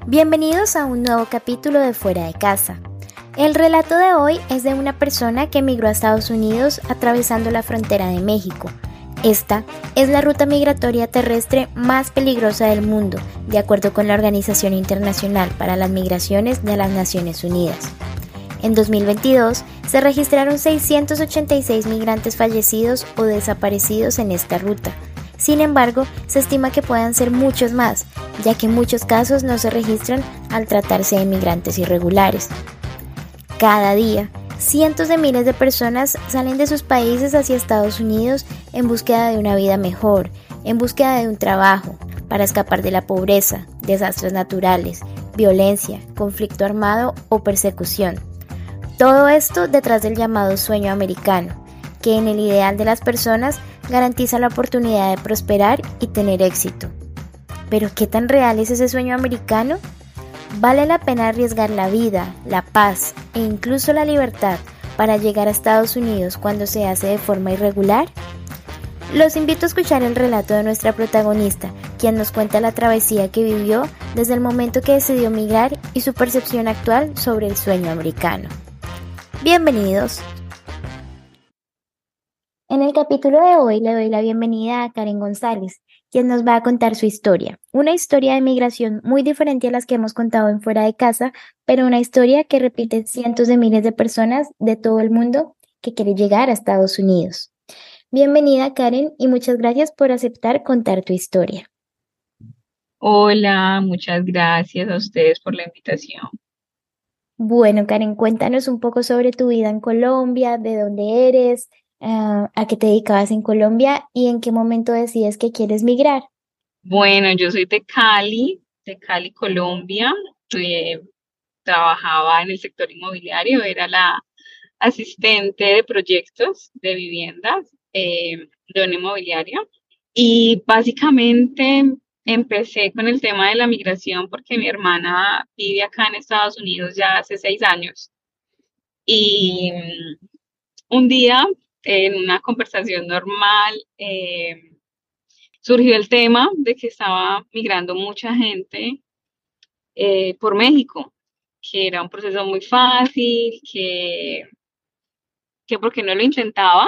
Bienvenidos a un nuevo capítulo de Fuera de Casa. El relato de hoy es de una persona que emigró a Estados Unidos atravesando la frontera de México. Esta es la ruta migratoria terrestre más peligrosa del mundo, de acuerdo con la Organización Internacional para las Migraciones de las Naciones Unidas. En 2022 se registraron 686 migrantes fallecidos o desaparecidos en esta ruta. Sin embargo, se estima que puedan ser muchos más, ya que muchos casos no se registran al tratarse de migrantes irregulares. Cada día, cientos de miles de personas salen de sus países hacia Estados Unidos en búsqueda de una vida mejor, en búsqueda de un trabajo, para escapar de la pobreza, desastres naturales, violencia, conflicto armado o persecución. Todo esto detrás del llamado sueño americano, que en el ideal de las personas garantiza la oportunidad de prosperar y tener éxito. ¿Pero qué tan real es ese sueño americano? ¿Vale la pena arriesgar la vida, la paz e incluso la libertad para llegar a Estados Unidos cuando se hace de forma irregular? Los invito a escuchar el relato de nuestra protagonista, quien nos cuenta la travesía que vivió desde el momento que decidió migrar y su percepción actual sobre el sueño americano. Bienvenidos. En el capítulo de hoy le doy la bienvenida a Karen González, quien nos va a contar su historia. Una historia de migración muy diferente a las que hemos contado en Fuera de Casa, pero una historia que repiten cientos de miles de personas de todo el mundo que quieren llegar a Estados Unidos. Bienvenida, Karen, y muchas gracias por aceptar contar tu historia. Hola, muchas gracias a ustedes por la invitación. Bueno, Karen, cuéntanos un poco sobre tu vida en Colombia, de dónde eres, a qué te dedicabas en Colombia y en qué momento decides que quieres migrar. Bueno, yo soy de Cali, Colombia. Eh, Trabajaba en el sector inmobiliario, era la asistente de proyectos de viviendas de una inmobiliaria. Y básicamente empecé con el tema de la migración porque mi hermana vive acá en Estados Unidos ya hace 6 años. Y un día, en una conversación normal, surgió el tema de que estaba migrando mucha gente por México, que era un proceso muy fácil, que por qué no lo intentaba.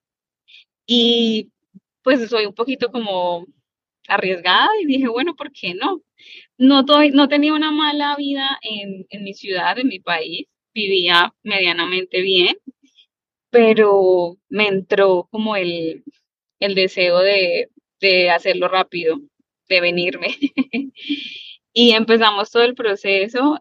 Y pues soy un poquito como arriesgada y dije, bueno, ¿por qué no? No tenía una mala vida en mi ciudad, en mi país, vivía medianamente bien, pero me entró como el deseo de hacerlo rápido, de venirme. Y empezamos todo el proceso.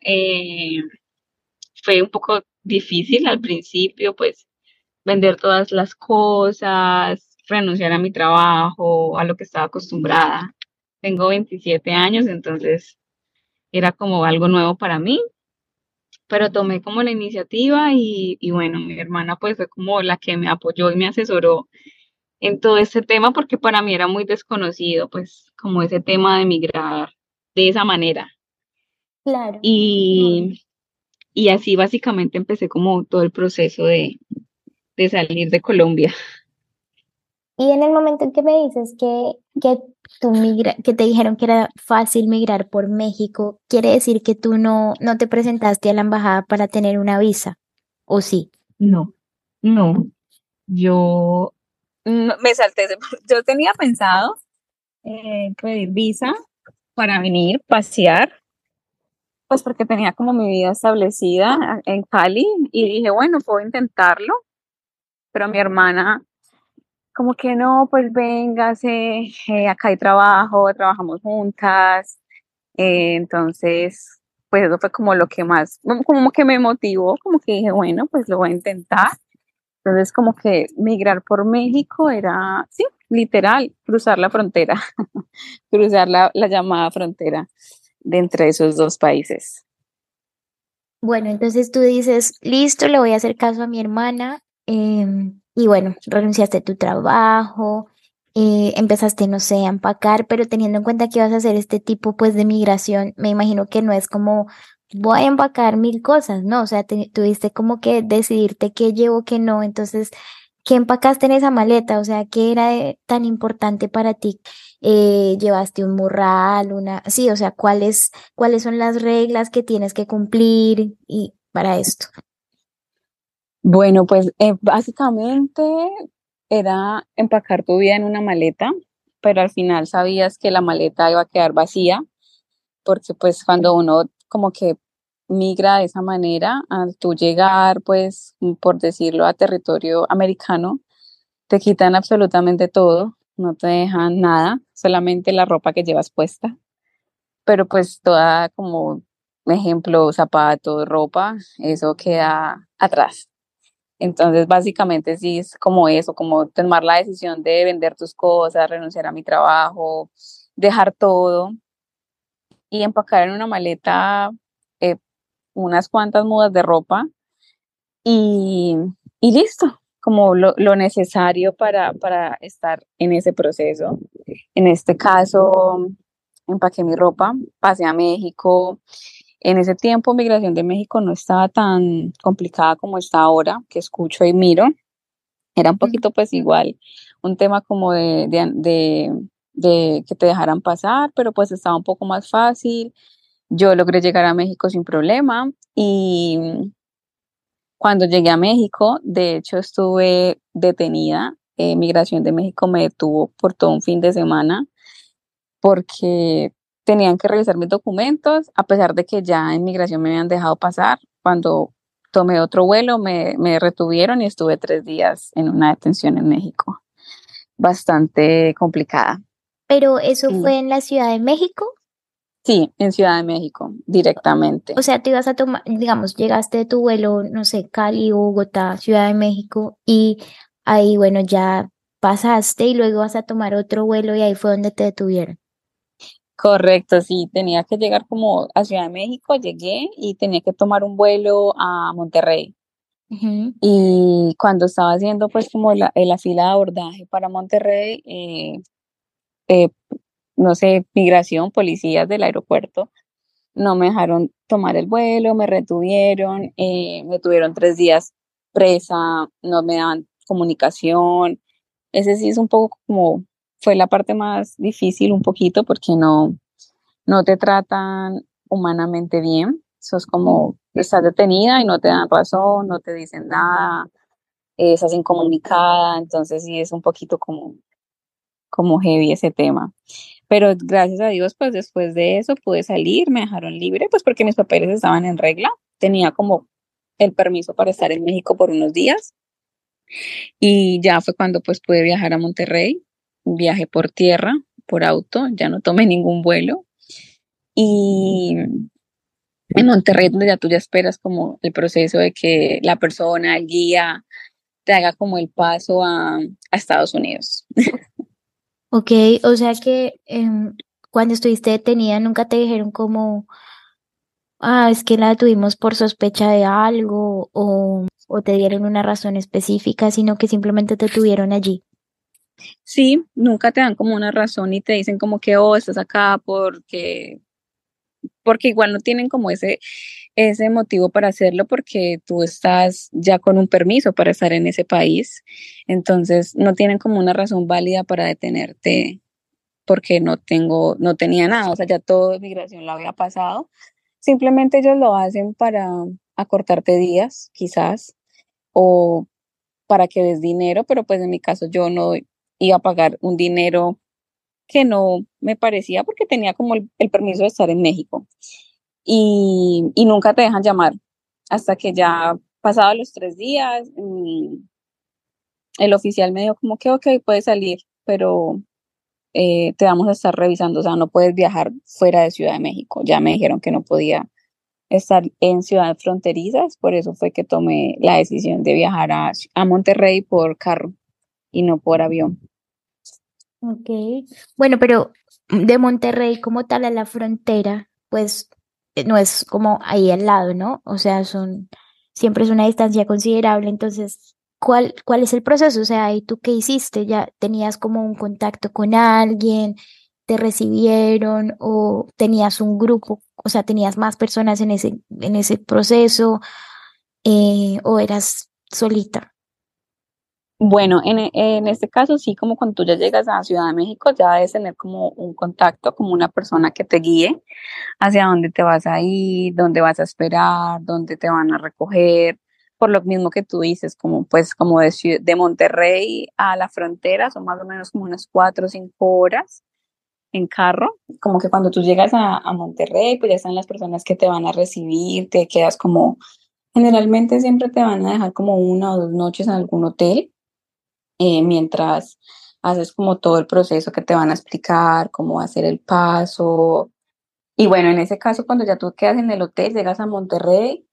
Fue un poco difícil al principio, pues vender todas las cosas, renunciar a mi trabajo, a lo que estaba acostumbrada. Tengo 27 años, entonces era como algo nuevo para mí, pero tomé como la iniciativa y bueno, mi hermana pues fue como la que me apoyó y me asesoró en todo este tema porque para mí era muy desconocido, pues como ese tema de migrar de esa manera. Claro. Y, y así básicamente empecé como todo el proceso de salir de Colombia. Y en el momento en que me dices que te dijeron que era fácil migrar por México, ¿quiere decir que tú no te presentaste a la embajada para tener una visa? ¿O sí? No, no, yo me salté yo tenía pensado pedir visa para venir, pasear, pues porque tenía como mi vida establecida en Cali y dije, bueno, puedo intentarlo, pero mi hermana como que no, pues véngase, acá hay trabajo, trabajamos juntas, entonces, pues eso fue como lo que más, como que me motivó, como que dije, bueno, pues lo voy a intentar. Entonces, como que migrar por México era, sí, literal, cruzar la frontera, cruzar la llamada frontera de entre esos dos países. Bueno, entonces tú dices, listo, le voy a hacer caso a mi hermana, y bueno, renunciaste a tu trabajo, empezaste, no sé, a empacar, pero teniendo en cuenta que vas a hacer este tipo pues de migración, me imagino que no es como voy a empacar mil cosas, ¿no? O sea, tuviste como que decidirte qué llevo, qué no, entonces ¿Qué empacaste en esa maleta? O sea, ¿qué era tan importante para ti? ¿Llevaste un morral, una... Sí, o sea, ¿cuáles son las reglas que tienes que cumplir y para esto? Bueno, pues básicamente era empacar tu vida en una maleta, pero al final sabías que la maleta iba a quedar vacía, porque pues cuando uno como que migra de esa manera, al tú llegar, pues, por decirlo, a territorio americano, te quitan absolutamente todo, no te dejan nada, solamente la ropa que llevas puesta, pero pues toda como ejemplo, zapatos, ropa, eso queda atrás. Entonces, básicamente sí es como eso, como tomar la decisión de vender tus cosas, renunciar a mi trabajo, dejar todo y empacar en una maleta eh, unas cuantas mudas de ropa y, y listo, como lo necesario para estar en ese proceso. En este caso, empaqué mi ropa, pasé a México. En ese tiempo, migración de México no estaba tan complicada como está ahora, que escucho y miro. Era un Mm. poquito pues igual, un tema como de que te dejaran pasar, pero pues estaba un poco más fácil. Yo logré llegar a México sin problema y cuando llegué a México, de hecho estuve detenida. Migración de México me detuvo por todo un fin de semana porque tenían que revisar mis documentos, a pesar de que ya en migración me habían dejado pasar. Cuando tomé otro vuelo, me retuvieron y estuve 3 días en una detención en México, bastante complicada. Pero eso Mm. fue en la Ciudad de México. Sí, en Ciudad de México, O directamente. sea, tú ibas a tomar, digamos, llegaste de tu vuelo, no sé, Cali, Bogotá, Ciudad de México, y ahí, bueno, ya pasaste y luego vas a tomar otro vuelo y ahí fue donde te detuvieron. Correcto, sí, tenía que llegar como a Ciudad de México, llegué y tenía que tomar un vuelo a Monterrey. Ujú. Y cuando estaba haciendo pues como la fila de abordaje para Monterrey, eh, no sé, migración, policías del aeropuerto, no me dejaron tomar el vuelo, me retuvieron, me tuvieron 3 días presa, no me daban comunicación. Ese sí es un poco como, fue la parte más difícil un poquito porque no te tratan humanamente bien. Sos como, estás detenida y no te dan razón, no te dicen nada, estás incomunicada, entonces sí es un poquito como heavy ese tema. Pero gracias a Dios, pues después de eso pude salir, me dejaron libre, pues porque mis papeles estaban en regla, tenía como el permiso para estar en México por unos días y ya fue cuando pues pude viajar a Monterrey, viajé por tierra, por auto, ya no tomé ningún vuelo y en Monterrey donde ya tú ya esperas como el proceso de que la persona, el guía, te haga como el paso a Estados Unidos. Ok, o sea que cuando estuviste detenida nunca te dijeron como, ah, es que la tuvimos por sospecha de algo o te dieron una razón específica, sino que simplemente te tuvieron allí. Sí, nunca te dan como una razón y te dicen como que, oh, estás acá porque igual no tienen como ese motivo para hacerlo porque tú estás ya con un permiso para estar en ese país. Entonces no tienen como una razón válida para detenerte porque no tenía nada. O sea, ya todo migración lo había pasado. Simplemente ellos lo hacen para acortarte días, quizás, o para que des dinero, pero pues en mi caso yo no iba a pagar un dinero que no me parecía porque tenía como el permiso de estar en México y nunca te dejan llamar hasta que ya pasados los 3 días, el oficial me dijo como que ok, puedes salir, pero te vamos a estar revisando, o sea, no puedes viajar fuera de Ciudad de México. Ya me dijeron que no podía estar en ciudades fronterizas, por eso fue que tomé la decisión de viajar a Monterrey por carro y no por avión. Ok, bueno, pero de Monterrey como tal a la frontera, pues no es como ahí al lado, ¿no? O sea, siempre es una distancia considerable, entonces, ¿cuál es el proceso? O sea, ¿y tú qué hiciste? ¿Ya tenías como un contacto con alguien? ¿Te recibieron o tenías un grupo? O sea, ¿tenías más personas en ese proceso o eras solita? Bueno, en este caso sí, como cuando tú ya llegas a Ciudad de México, ya debes tener como un contacto, como una persona que te guíe hacia dónde te vas a ir, dónde vas a esperar, dónde te van a recoger, por lo mismo que tú dices, como pues como de Monterrey a la frontera, son más o menos como unas 4 o 5 horas en carro, como que cuando tú llegas a Monterrey, pues ya están las personas que te van a recibir, te quedas como, generalmente siempre te van a dejar como 1 o 2 noches en algún hotel, mientras haces como todo el proceso que te van a explicar, cómo va a ser el paso. Y bueno, en ese caso, cuando ya tú quedas en el hotel, llegas a Monterrey,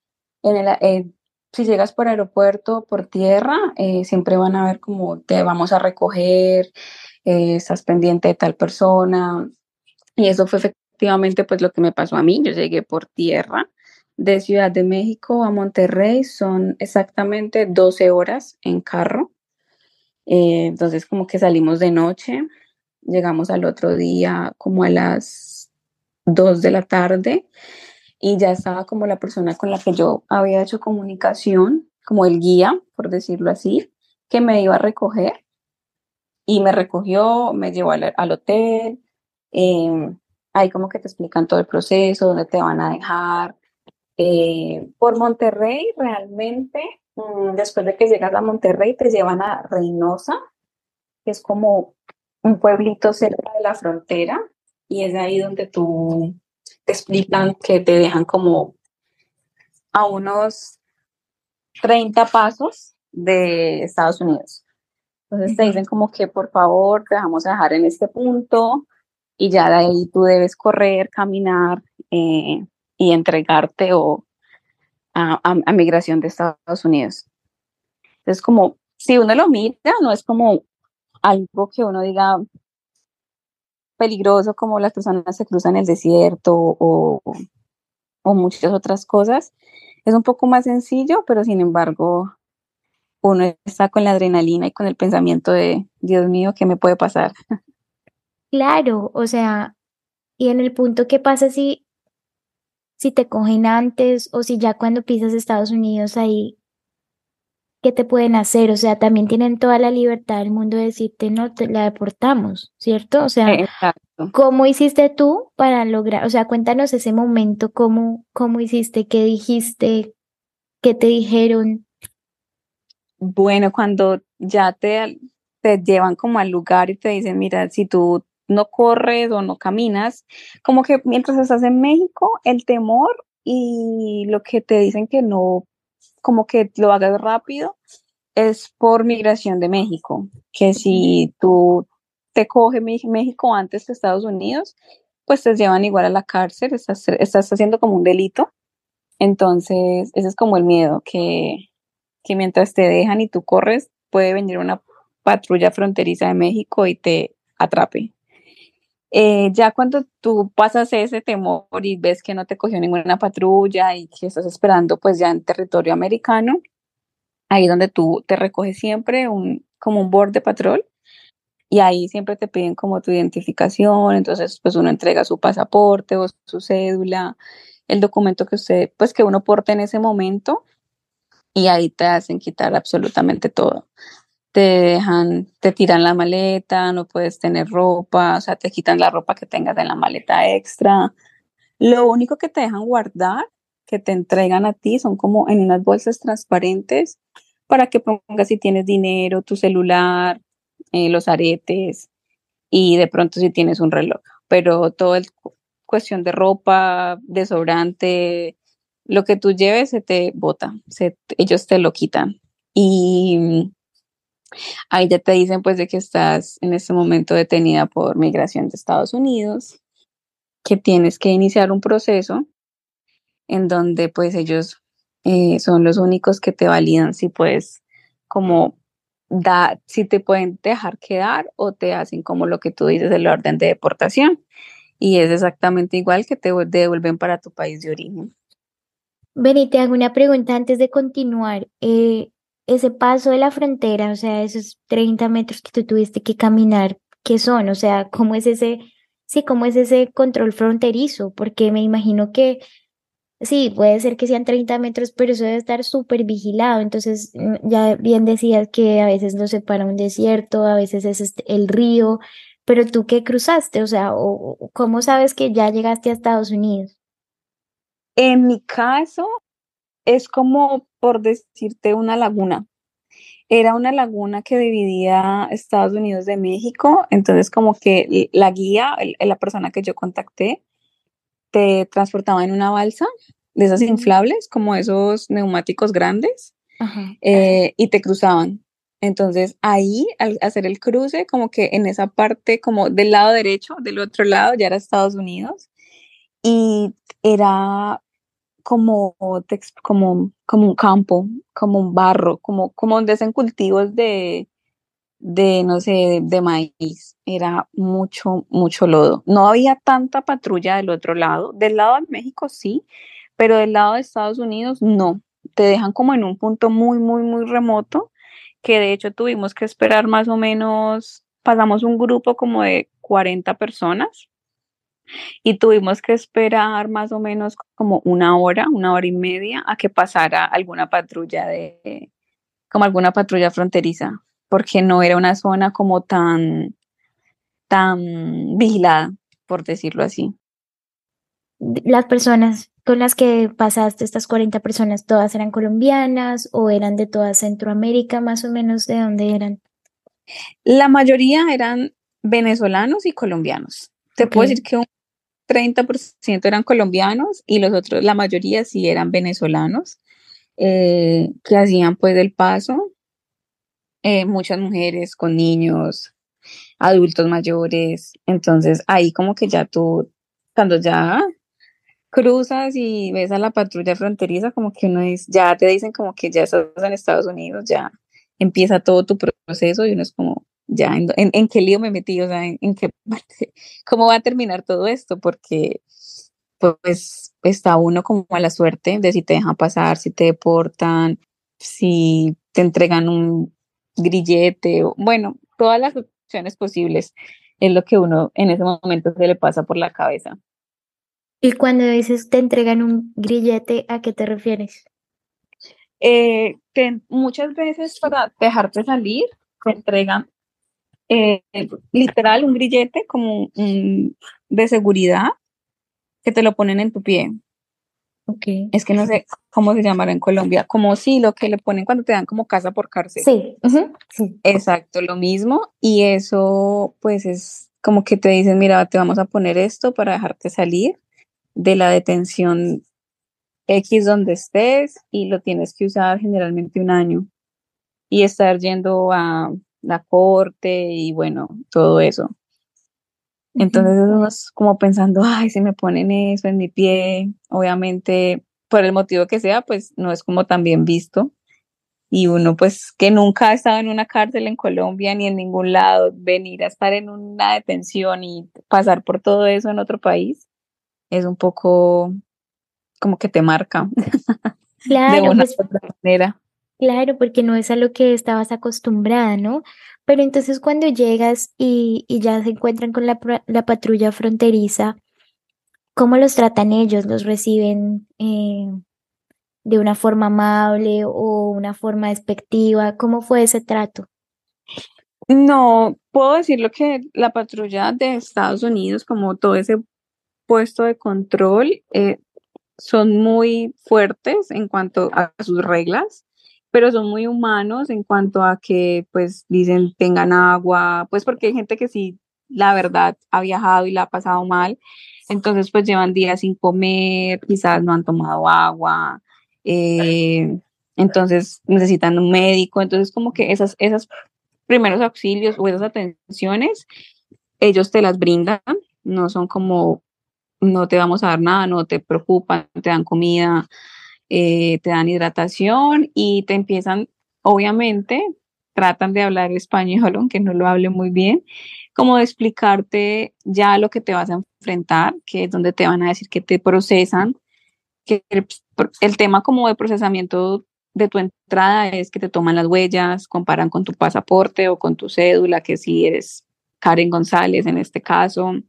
si llegas por aeropuerto, por tierra, siempre van a ver cómo te vamos a recoger, estás pendiente de tal persona. Y eso fue efectivamente pues lo que me pasó a mí. Yo llegué por tierra de Ciudad de México a Monterrey, son exactamente 12 horas en carro. Entonces como que salimos de noche, llegamos al otro día como a las 2 de la tarde y ya estaba como la persona con la que yo había hecho comunicación, como el guía, por decirlo así, que me iba a recoger y me recogió, me llevó al hotel. eh, Ahí como que te explican todo el proceso, dónde te van a dejar. Por Monterrey, realmente, después de que llegas a Monterrey, te llevan a Reynosa, que es como un pueblito cerca de la frontera, y es ahí donde tú te explican que te dejan como a unos 30 pasos de Estados Unidos. Entonces te dicen como que por favor te dejamos a dejar en este punto y ya de ahí tú debes correr, caminar, y entregarte o a migración de Estados Unidos. Entonces como si uno lo mira, no es como algo que uno diga peligroso como las personas se cruzan el desierto o muchas otras cosas. Es un poco más sencillo, pero sin embargo uno está con la adrenalina y con el pensamiento de, Dios mío, ¿qué me puede pasar? Claro, o sea, y en el punto, ¿qué pasa si te cogen antes o si ya cuando pisas Estados Unidos ahí, qué te pueden hacer? O sea, también tienen toda la libertad del mundo de decirte, no, te la deportamos, ¿cierto? O sea, Exacto. ¿cómo hiciste tú para lograr? O sea, cuéntanos ese momento, cómo hiciste, qué dijiste, qué te dijeron. Bueno, cuando ya te llevan como al lugar y te dicen, mira, si tú no corres o no caminas, como que mientras estás en México, el temor y lo que te dicen que no, como que lo hagas rápido, es por migración de México, que si tú te coge México antes que Estados Unidos, pues te llevan igual a la cárcel, estás haciendo como un delito. Entonces, ese es como el miedo, que mientras te dejan y tú corres, puede venir una patrulla fronteriza de México y te atrape. Ya cuando tú pasas ese temor y ves que no te cogió ninguna patrulla y que estás esperando pues ya en territorio americano, ahí donde tú te recoges siempre como un border patrol y ahí siempre te piden como tu identificación, entonces pues uno entrega su pasaporte o su cédula, el documento que usted, pues que uno porte en ese momento y ahí te hacen quitar absolutamente todo. Te dejan, te tiran la maleta, no puedes tener ropa, o sea, te quitan la ropa que tengas en la maleta extra. Lo único que te dejan guardar, que te entregan a ti, son como en unas bolsas transparentes para que pongas si tienes dinero, tu celular, los aretes y de pronto si tienes un reloj. Pero todo es cuestión de ropa, desodorante, lo que tú lleves se te bota, ellos te lo quitan. Y ahí ya te dicen pues de que estás en este momento detenida por migración de Estados Unidos, que tienes que iniciar un proceso en donde pues ellos son los únicos que te validan si puedes como si te pueden dejar quedar o te hacen como lo que tú dices, el orden de deportación. Y es exactamente igual que te devuelven para tu país de origen. Beni, te hago una pregunta antes de continuar. Ese paso de la frontera, o sea, esos 30 metros que tú tuviste que caminar, ¿qué son? O sea, ¿cómo es ese control fronterizo? Porque me imagino que Sí, puede ser que sean 30 metros, pero eso debe estar súper vigilado. Entonces, ya bien decías que a veces nos separa un desierto, a veces es el río, pero tú qué cruzaste, o sea, o ¿cómo sabes que ya llegaste a Estados Unidos? En mi caso, es como por decirte una laguna. Era una laguna que dividía Estados Unidos de México, entonces como que la guía, la persona que yo contacté, te transportaba en una balsa de esas Mm. inflables, como esos neumáticos grandes, Ajá. y te cruzaban. Entonces ahí, al hacer el cruce, como que en esa parte, como del lado derecho, del otro lado, ya era Estados Unidos, y era como, como un campo, como un barro, como donde hacen cultivos de no sé, de maíz. Era mucho, mucho lodo. No había tanta patrulla del otro lado. Del lado de México sí, pero del lado de Estados Unidos no. Te dejan como en un punto muy, muy, muy remoto, que de hecho tuvimos que esperar más o menos, pasamos un grupo como de 40 personas y tuvimos que esperar más o menos como una hora y media a que pasara alguna patrulla como alguna patrulla fronteriza, porque no era una zona como tan vigilada, por decirlo así. Las personas con las que pasaste, estas 40 personas, ¿todas eran colombianas o eran de toda Centroamérica, más o menos de dónde eran? La mayoría eran venezolanos y colombianos. Te Ok. puedo decir que un 30% eran colombianos y los otros, la mayoría sí eran venezolanos, que hacían pues el paso, muchas mujeres con niños, adultos mayores. Entonces ahí como que ya tú, cuando ya cruzas y ves a la patrulla fronteriza, como que uno es, ya te dicen como que ya estás en Estados Unidos, ya empieza todo tu proceso y uno es como, ya, ¿en qué lío me metí? O sea, ¿en qué parte? ¿Cómo va a terminar todo esto? Porque pues está uno como a la suerte de si te dejan pasar, si te deportan, si te entregan un grillete, o, bueno, todas las opciones posibles es lo que uno en ese momento se le pasa por la cabeza. Y cuando dices te entregan un grillete, ¿a qué te refieres? Que muchas veces para dejarte salir te entregan eh, literal un grillete como de seguridad que te lo ponen en tu pie. Ok. Es que no sé cómo se llamará en Colombia, como sí, lo que le ponen cuando te dan como casa por cárcel. Sí, ujú, sí. Exacto, lo mismo. Y eso pues es como que te dicen, mira, te vamos a poner esto para dejarte salir de la detención X donde estés y lo tienes que usar generalmente un año y estar yendo a la corte y bueno, todo eso. Ujú. Entonces uno es como pensando, ay, si me ponen eso en mi pie, obviamente por el motivo que sea, pues no es como tan bien visto. Y uno pues que nunca ha estado en una cárcel en Colombia ni en ningún lado, venir a estar en una detención y pasar por todo eso en otro país, es un poco como que te marca de Claro, una pues u otra manera. claro, porque no es a lo que estabas acostumbrada, ¿no? Pero entonces cuando llegas y ya se encuentran con la patrulla fronteriza, ¿cómo los tratan ellos? ¿Los reciben de una forma amable o una forma despectiva? ¿Cómo fue ese trato? No, puedo decirlo que la patrulla de Estados Unidos, como todo ese puesto de control, son muy fuertes en cuanto a sus reglas, pero son muy humanos en cuanto a que pues dicen tengan agua, pues porque hay gente que sí, la verdad, ha viajado y la ha pasado mal, entonces pues llevan días sin comer, quizás no han tomado agua, eh, entonces necesitan un médico, entonces como que esas primeros auxilios o esas atenciones, ellos te las brindan, no son como no te vamos a dar nada, no te preocupan, te dan comida, te dan hidratación y te empiezan, obviamente, tratan de hablar español, aunque no lo hable muy bien, como de explicarte ya lo que te vas a enfrentar, que es donde te van a decir que te procesan, que el tema como de procesamiento de tu entrada es que te toman las huellas, comparan con tu pasaporte o con tu cédula, que si eres Karen González en este caso,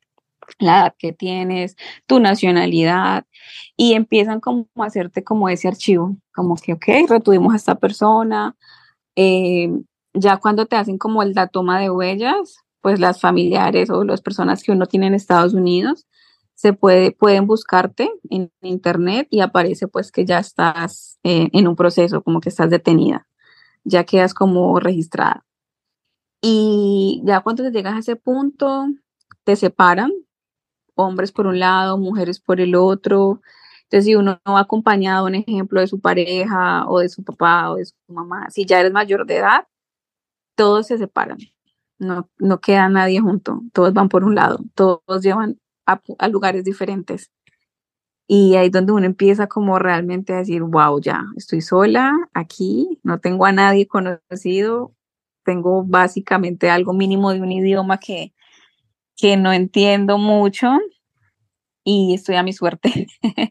la edad que tienes, tu nacionalidad, y empiezan como a hacerte como ese archivo, como que, ok, retuvimos a esta persona. eh, ya cuando te hacen como la toma de huellas, pues las familiares o las personas que uno tiene en Estados Unidos pueden buscarte en internet y aparece pues que ya estás en un proceso, como que estás detenida, ya quedas como registrada. Y ya cuando te llegas a ese punto, te separan, hombres por un lado, mujeres por el otro. Entonces, si uno no va acompañado, un ejemplo, de su pareja o de su papá o de su mamá, si ya eres mayor de edad, todos se separan. No queda nadie junto, todos van por un lado, todos llevan a lugares diferentes. Y ahí es donde uno empieza como realmente a decir, wow, ya, estoy sola aquí, no tengo a nadie conocido, tengo básicamente algo mínimo de un idioma que no entiendo mucho y estoy a mi suerte.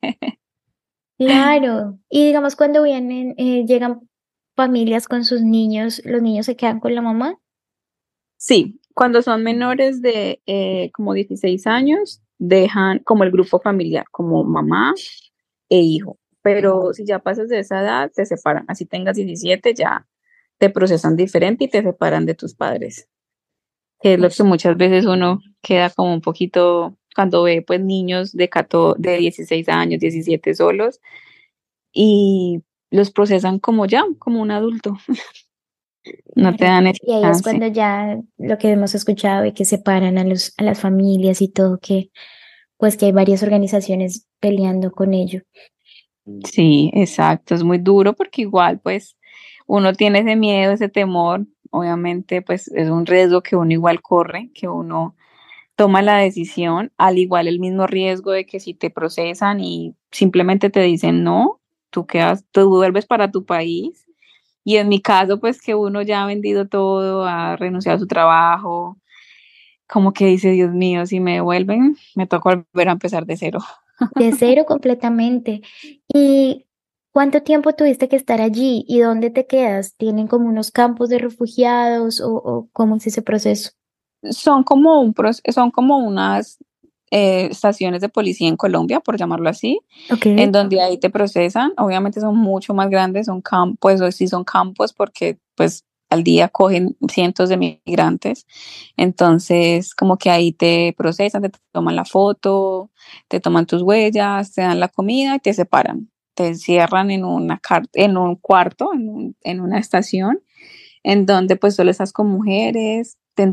Claro, y digamos cuando vienen, llegan familias con sus niños, los niños se quedan con la mamá. Sí, cuando son menores de como 16 años, dejan como el grupo familiar, como mamá e hijo. Pero si ya pasas de esa edad, te separan. Así tengas 17, ya te procesan diferente y te separan de tus padres, que es lo que muchas veces uno queda como un poquito cuando ve pues niños de 16 años, 17 solos y los procesan como ya, como un adulto. No te Claro. dan ese Y ahí es chance. cuando ya lo que hemos escuchado y que separan a las familias y todo, que pues que hay varias organizaciones peleando con ello. Sí, exacto, es muy duro porque igual pues uno tiene ese miedo, ese temor, obviamente pues es un riesgo que uno igual corre, que uno toma la decisión, al igual el mismo riesgo de que si te procesan y simplemente te dicen no, tú vuelves para tu país. Y en mi caso pues que uno ya ha vendido todo, ha renunciado a su trabajo, como que dice, Dios mío, si me devuelven, me toca volver a empezar de cero. De cero completamente. ¿Y cuánto tiempo tuviste que estar allí y dónde te quedas? ¿Tienen como unos campos de refugiados o cómo es ese proceso? Son como unas estaciones de policía en Colombia, por llamarlo así, Ok. en donde ahí te procesan. Obviamente son mucho más grandes, son campos, o sí son campos porque pues al día cogen cientos de migrantes. Entonces, como que ahí te procesan, te toman la foto, te toman tus huellas, te dan la comida y te separan. Te encierran en un cuarto, en una estación en donde pues solo estás con mujeres,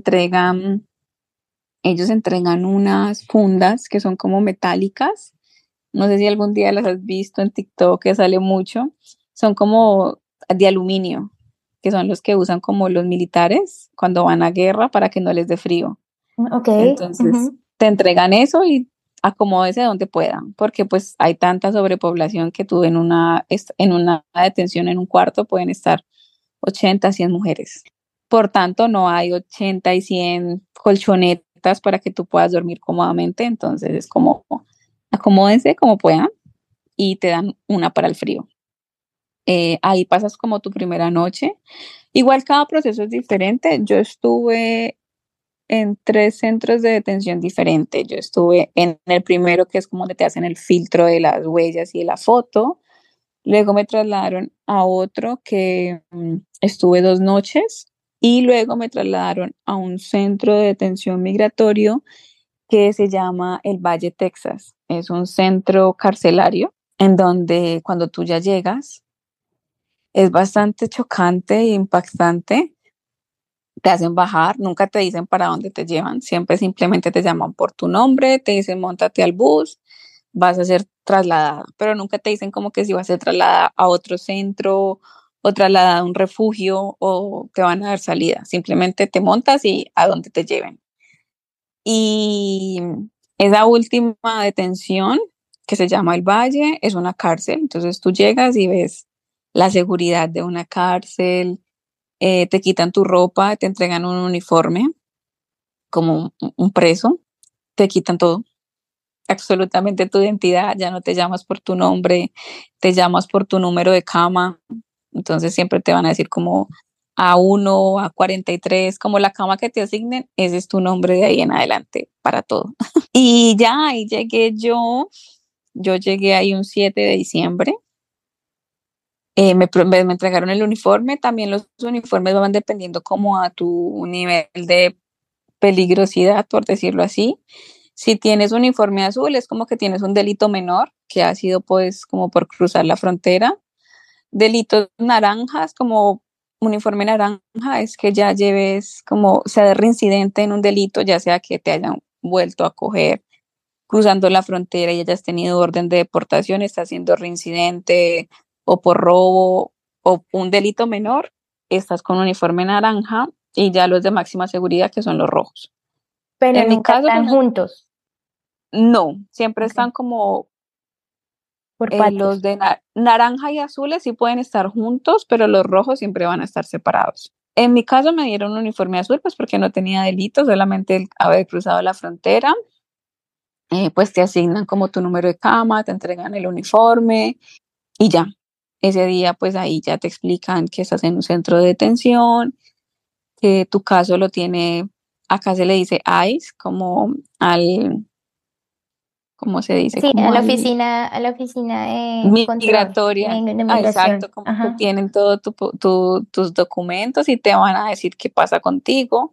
ellos entregan unas fundas que son como metálicas, no sé si algún día las has visto en TikTok que sale mucho, son como de aluminio, que son los que usan como los militares cuando van a guerra para que no les dé frío. Ok. Entonces Ujú. te entregan eso y acomódese donde puedan, porque pues hay tanta sobrepoblación que tú en una detención en un cuarto pueden estar 80, 100 mujeres. Por tanto, no hay 80 y 100 colchonetas para que tú puedas dormir cómodamente. Entonces es como acomódense como puedan y te dan una para el frío. Ahí pasas como tu primera noche. Igual cada proceso es diferente. Yo estuve en 3 centros de detención diferentes. Yo estuve en el primero, que es como donde te hacen el filtro de las huellas y de la foto. Luego me trasladaron a otro que estuve 2 noches y luego me trasladaron a un centro de detención migratorio que se llama el Valle Texas. Es un centro carcelario en donde cuando tú ya llegas es bastante chocante e impactante. Te hacen bajar, nunca te dicen para dónde te llevan, siempre simplemente te llaman por tu nombre, te dicen montate al bus, vas a ser trasladada, pero nunca te dicen como que si vas a ser trasladada a otro centro o trasladada a un refugio o te van a dar salida, simplemente te montas y a donde te lleven. Y esa última detención que se llama el Valle es una cárcel, entonces tú llegas y ves la seguridad de una cárcel, te quitan tu ropa, te entregan un uniforme como un preso, te quitan todo, absolutamente tu identidad, ya no te llamas por tu nombre, te llamas por tu número de cama, entonces siempre te van a decir como A1, A43, como la cama que te asignen, ese es tu nombre de ahí en adelante para todo. Y ya ahí llegué yo llegué ahí un 7 de diciembre. Me entregaron el uniforme, también los uniformes van dependiendo como a tu nivel de peligrosidad, por decirlo así. Si tienes uniforme azul, es como que tienes un delito menor, que ha sido pues como por cruzar la frontera. Delitos naranjas, como uniforme naranja, es que ya lleves como sea reincidente en un delito, ya sea que te hayan vuelto a coger cruzando la frontera y hayas tenido orden de deportación, estás siendo reincidente o por robo o un delito menor, estás con uniforme naranja y ya los de máxima seguridad que son los rojos. Pero En mi nunca caso, están juntos. no, siempre Okay. están como Por los patios. de naranja y azules sí pueden estar juntos, pero los rojos siempre van a estar separados. En mi caso me dieron un uniforme azul, pues porque no tenía delito, solamente el haber cruzado la frontera. Pues te asignan como tu número de cama, te entregan el uniforme y ya. Ese día, pues ahí ya te explican que estás en un centro de detención, que tu caso lo tiene, acá se le dice ICE, como al, ¿cómo se dice? Sí, Como al a la oficina de control, migratoria. de Ah, exacto, migración. como que Ajá. tienen todos tus documentos y te van a decir qué pasa contigo.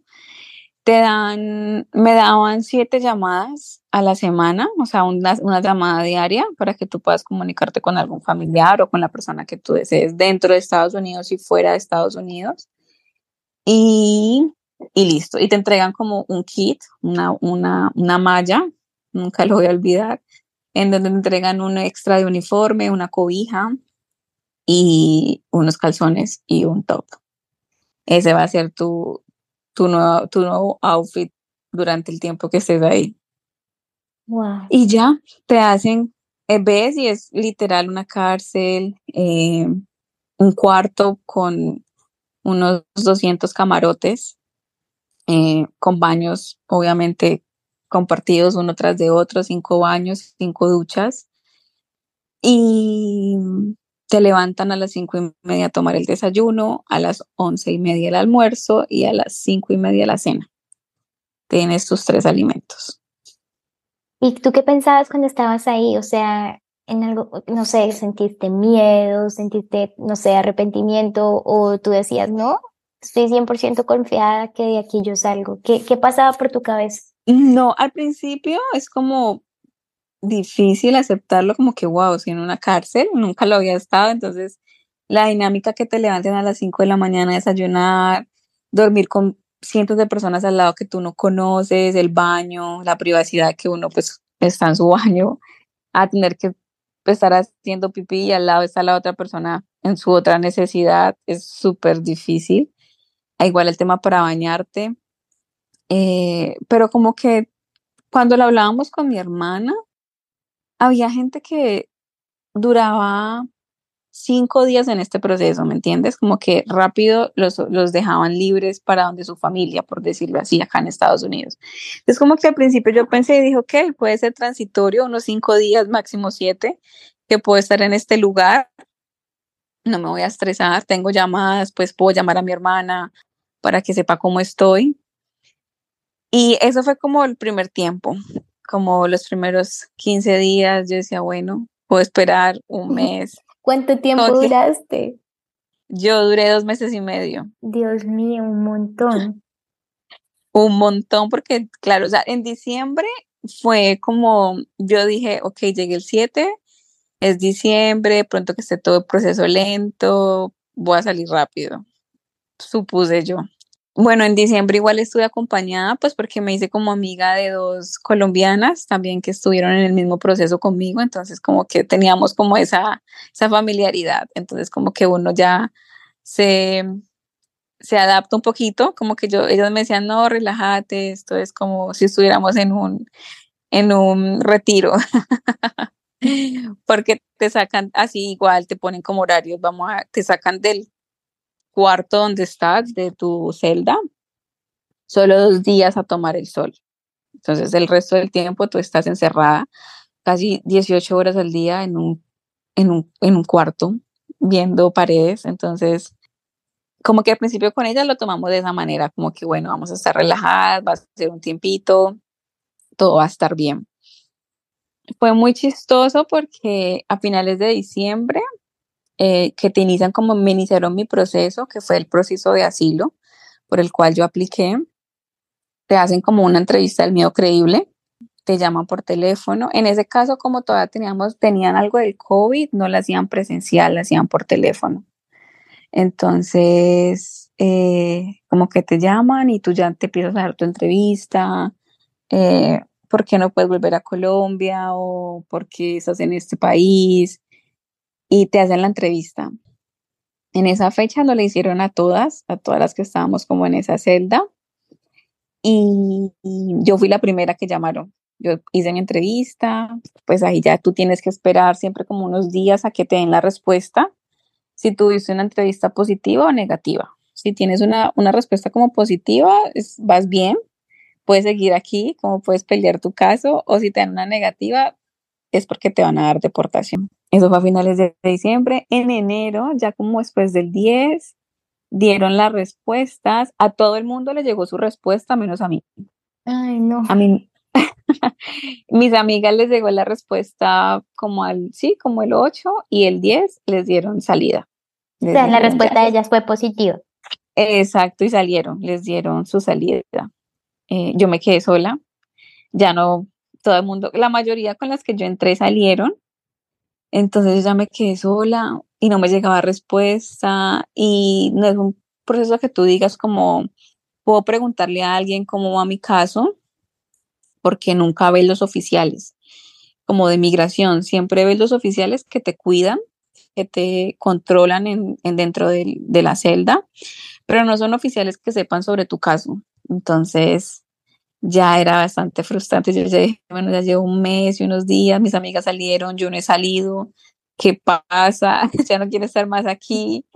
Me daban 7 llamadas a la semana, o sea, una llamada diaria para que tú puedas comunicarte con algún familiar o con la persona que tú desees dentro de Estados Unidos y fuera de Estados Unidos. Y, y listo. Y te entregan como un kit, una malla, nunca lo voy a olvidar, en donde te entregan un extra de uniforme, una cobija y unos calzones y un top. Ese va a ser tu nuevo outfit durante el tiempo que estés ahí. Wow. Y ya te hacen, ves y es literal una cárcel, un cuarto con unos 200 camarotes, con baños obviamente compartidos uno tras de otro, 5 baños, 5 duchas. Y te levantan a las 5:30 a tomar el desayuno, a las 11:30 el almuerzo y a las 5:30 la cena. Tienes tus 3 alimentos. ¿Y tú qué pensabas cuando estabas ahí? O sea, en algo, no sé, ¿sentiste miedo, sentiste, no sé, arrepentimiento o tú decías, no, estoy 100% confiada que de aquí yo salgo? ¿Qué pasaba por tu cabeza? No, al principio es como difícil aceptarlo, como que wow, si en una cárcel, nunca lo había estado, entonces la dinámica que te levanten a las 5 de la mañana a desayunar, dormir con cientos de personas al lado que tú no conoces, el baño, la privacidad que uno pues está en su baño, a tener que estar haciendo pipí y al lado está la otra persona en su otra necesidad, es súper difícil. Igual el tema para bañarte, pero como que cuando lo hablábamos con mi hermana, había gente que duraba 5 días en este proceso, ¿me entiendes? Como que rápido los dejaban libres para donde su familia, por decirlo así, acá en Estados Unidos. Es como que al principio yo pensé y dije, ok, puede ser transitorio, unos 5 días, máximo 7, que puedo estar en este lugar, no me voy a estresar, tengo llamadas, pues puedo llamar a mi hermana para que sepa cómo estoy. Y eso fue como el primer tiempo, como los primeros 15 días, yo decía, bueno, puedo esperar un mes. ¿Cuánto Como tiempo que duraste? yo duré 2 meses y medio, Dios mío, un montón. un montón, porque claro, o sea, en diciembre fue como, yo dije, ok, llegué el 7, es diciembre, pronto que esté todo el proceso lento, voy a salir rápido, supuse yo. Bueno, en diciembre igual estuve acompañada, pues porque me hice como amiga de 2 colombianas también que estuvieron en el mismo proceso conmigo, entonces como que teníamos como esa familiaridad, entonces como que uno ya se, se adapta un poquito, como que ellos me decían, no, relájate, esto es como si estuviéramos en un retiro, porque te sacan así igual, te ponen como horarios, te sacan del cuarto donde estás, de tu celda, solo 2 días a tomar el sol. Entonces el resto del tiempo tú estás encerrada casi 18 horas al día en un cuarto viendo paredes. Entonces, como que al principio con ella lo tomamos de esa manera, como que bueno, vamos a estar relajadas, va a ser un tiempito. todo va a estar bien. Fue muy chistoso porque a finales de diciembre, que te inician como me iniciaron mi proceso, que fue el proceso de asilo por el cual yo apliqué, te hacen como una entrevista del miedo creíble, te llaman por teléfono. En ese caso, como todavía tenían algo del COVID, no la hacían presencial, la hacían por teléfono. Entonces, como que te llaman y tú ya te empiezas a dar tu entrevista, por qué no puedes volver a Colombia o por qué estás en este país y te hacen la entrevista. En esa fecha no le hicieron a todas las que estábamos como en esa celda y yo fui la primera que llamaron. Yo hice mi entrevista, pues ahí ya tú tienes que esperar siempre como unos días a que te den la respuesta si tuviste una entrevista positiva o negativa. Si tienes una respuesta como positiva, vas bien, puedes seguir aquí, como puedes pelear tu caso, o si te dan una negativa, es porque te van a dar deportación. Eso fue a finales de diciembre. En enero, ya como después del 10, dieron las respuestas. A todo el mundo le llegó su respuesta, menos a mí. Ay, no. A mí, mis amigas les llegó la respuesta como el 8 y el 10 les dieron salida. O Les sea, la dijeron ya. respuesta de ellas fue positiva. Exacto, y salieron, les dieron su salida. Yo me quedé sola, ya no, todo el mundo, la mayoría con las que yo entré salieron, entonces ya me quedé sola y no me llegaba respuesta y no es un proceso que tú digas como, puedo preguntarle a alguien cómo va mi caso, porque nunca ves los oficiales, como de migración, siempre ves los oficiales que te cuidan, que te controlan en dentro de la celda, pero no son oficiales que sepan sobre tu caso. Entonces ya era bastante frustrante. Yo ya dije, bueno, ya llevo un mes y unos días, mis amigas salieron, yo no he salido, ¿qué pasa? Ya no quiero estar más aquí.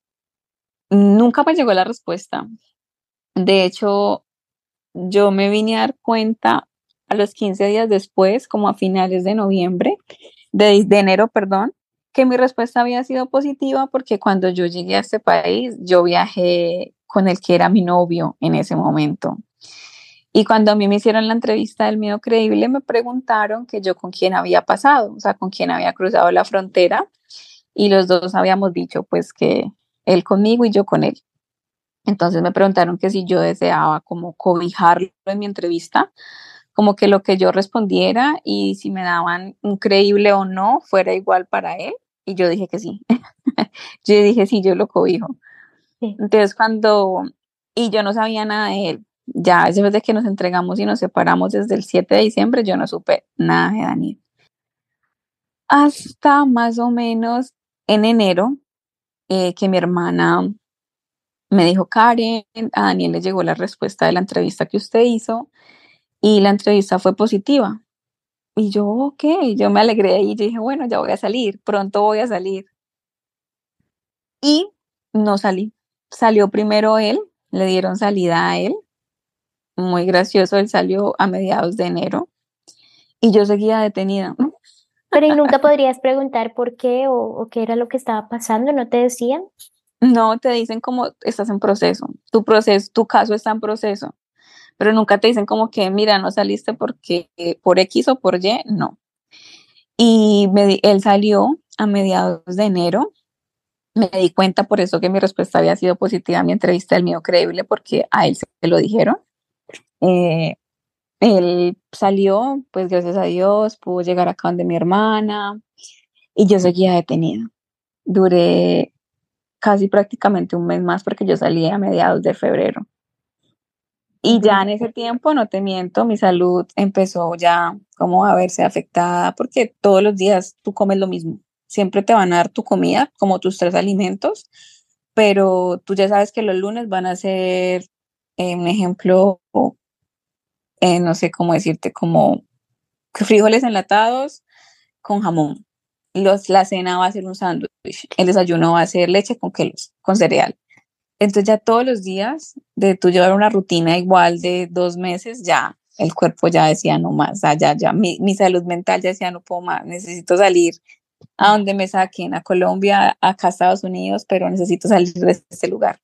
Nunca me llegó la respuesta. De hecho, yo me vine a dar cuenta a los 15 días después, como a finales de noviembre, de enero, perdón, que mi respuesta había sido positiva porque cuando yo llegué a este país, yo viajé con el que era mi novio en ese momento. Y cuando a mí me hicieron la entrevista del miedo creíble, me preguntaron que yo con quién había pasado, o sea, con quién había cruzado la frontera. Y los dos habíamos dicho, pues, que él conmigo y yo con él. Entonces me preguntaron que si yo deseaba como cobijarlo en mi entrevista, como que lo que yo respondiera y si me daban un creíble o no fuera igual para él. Y yo dije que sí. Yo dije, sí, yo lo cobijo. Sí. Entonces y yo no sabía nada de él. Ya después de que nos entregamos y nos separamos desde el 7 de diciembre, yo no supe nada de Daniel. Hasta más o menos en enero, que mi hermana me dijo, Karen, a Daniel le llegó la respuesta de la entrevista que usted hizo y la entrevista fue positiva. Y yo, ok, yo me alegré y dije, bueno, ya voy a salir, pronto voy a salir. Y no salí. Salió primero él, le dieron salida a él. Muy gracioso, él salió a mediados de enero y yo seguía detenida. Pero ¿y nunca podrías preguntar por qué o qué era lo que estaba pasando? ¿No te decían? No, te dicen como estás en proceso, tu caso está en proceso, pero nunca te dicen como que, mira, no saliste porque por X o por Y, no. Y él salió a mediados de enero. Me di cuenta por eso que mi respuesta había sido positiva a mi entrevista del miedo creíble, porque a él se lo dijeron. Eh, Él salió, pues gracias a Dios, pudo llegar acá donde mi hermana y yo seguía detenida. Duré casi prácticamente un mes más porque yo salí a mediados de febrero. Y ya en ese tiempo, no te miento, mi salud empezó ya como a verse afectada porque todos los días tú comes lo mismo. Siempre te van a dar tu comida, como tus tres alimentos, pero tú ya sabes que los lunes van a ser, un ejemplo, no sé cómo decirte, como frijoles enlatados con jamón. La cena va a ser un sándwich, el desayuno va a ser leche con quelos, con cereal. Entonces ya todos los días de tú llevar una rutina igual de 2 meses, ya el cuerpo ya decía no más, o sea, ya mi salud mental ya decía no puedo más, necesito salir a donde me saquen, a Colombia, acá a Estados Unidos, pero necesito salir de este lugar.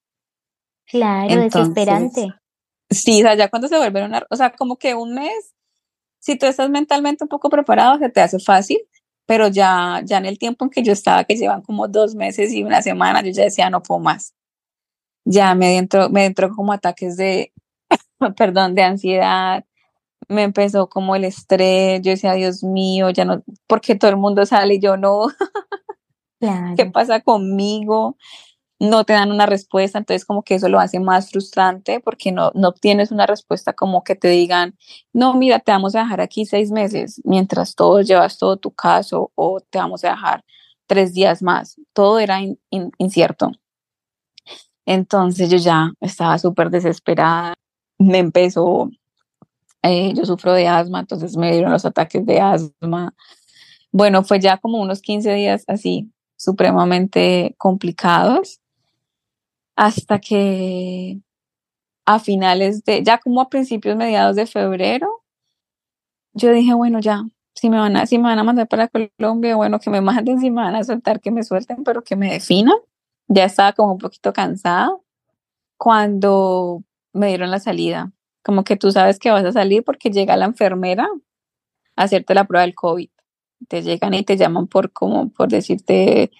Claro, Entonces, desesperante. sí, o sea, ya cuando se vuelven o sea, como que un mes si tú estás mentalmente un poco preparado, se te hace fácil, pero ya en el tiempo en que yo estaba, que llevan como 2 meses y una semana, yo ya decía, no puedo más. Ya me entró como ataques de, perdón, de ansiedad, me empezó como el estrés, yo decía, Dios mío, ya no, porque todo el mundo sale y yo no, ¿qué Claro. pasa conmigo? No te dan una respuesta, entonces como que eso lo hace más frustrante porque no obtienes una respuesta como que te digan, no, mira, te vamos a dejar aquí 6 meses, mientras todo llevas todo tu caso, o te vamos a dejar 3 días más. Todo era incierto. Entonces yo ya estaba súper desesperada, me empezó, yo sufro de asma, entonces me dieron los ataques de asma. Bueno, fue ya como unos 15 días así, supremamente complicados, hasta que a finales ya como a principios, mediados de febrero, yo dije, bueno, ya, si me van a mandar para Colombia, bueno, que me manden, si me van a soltar, que me suelten, pero que me definan. Ya estaba como un poquito cansada cuando me dieron la salida. Como que tú sabes que vas a salir porque llega la enfermera a hacerte la prueba del COVID. Te llegan y te llaman por decirte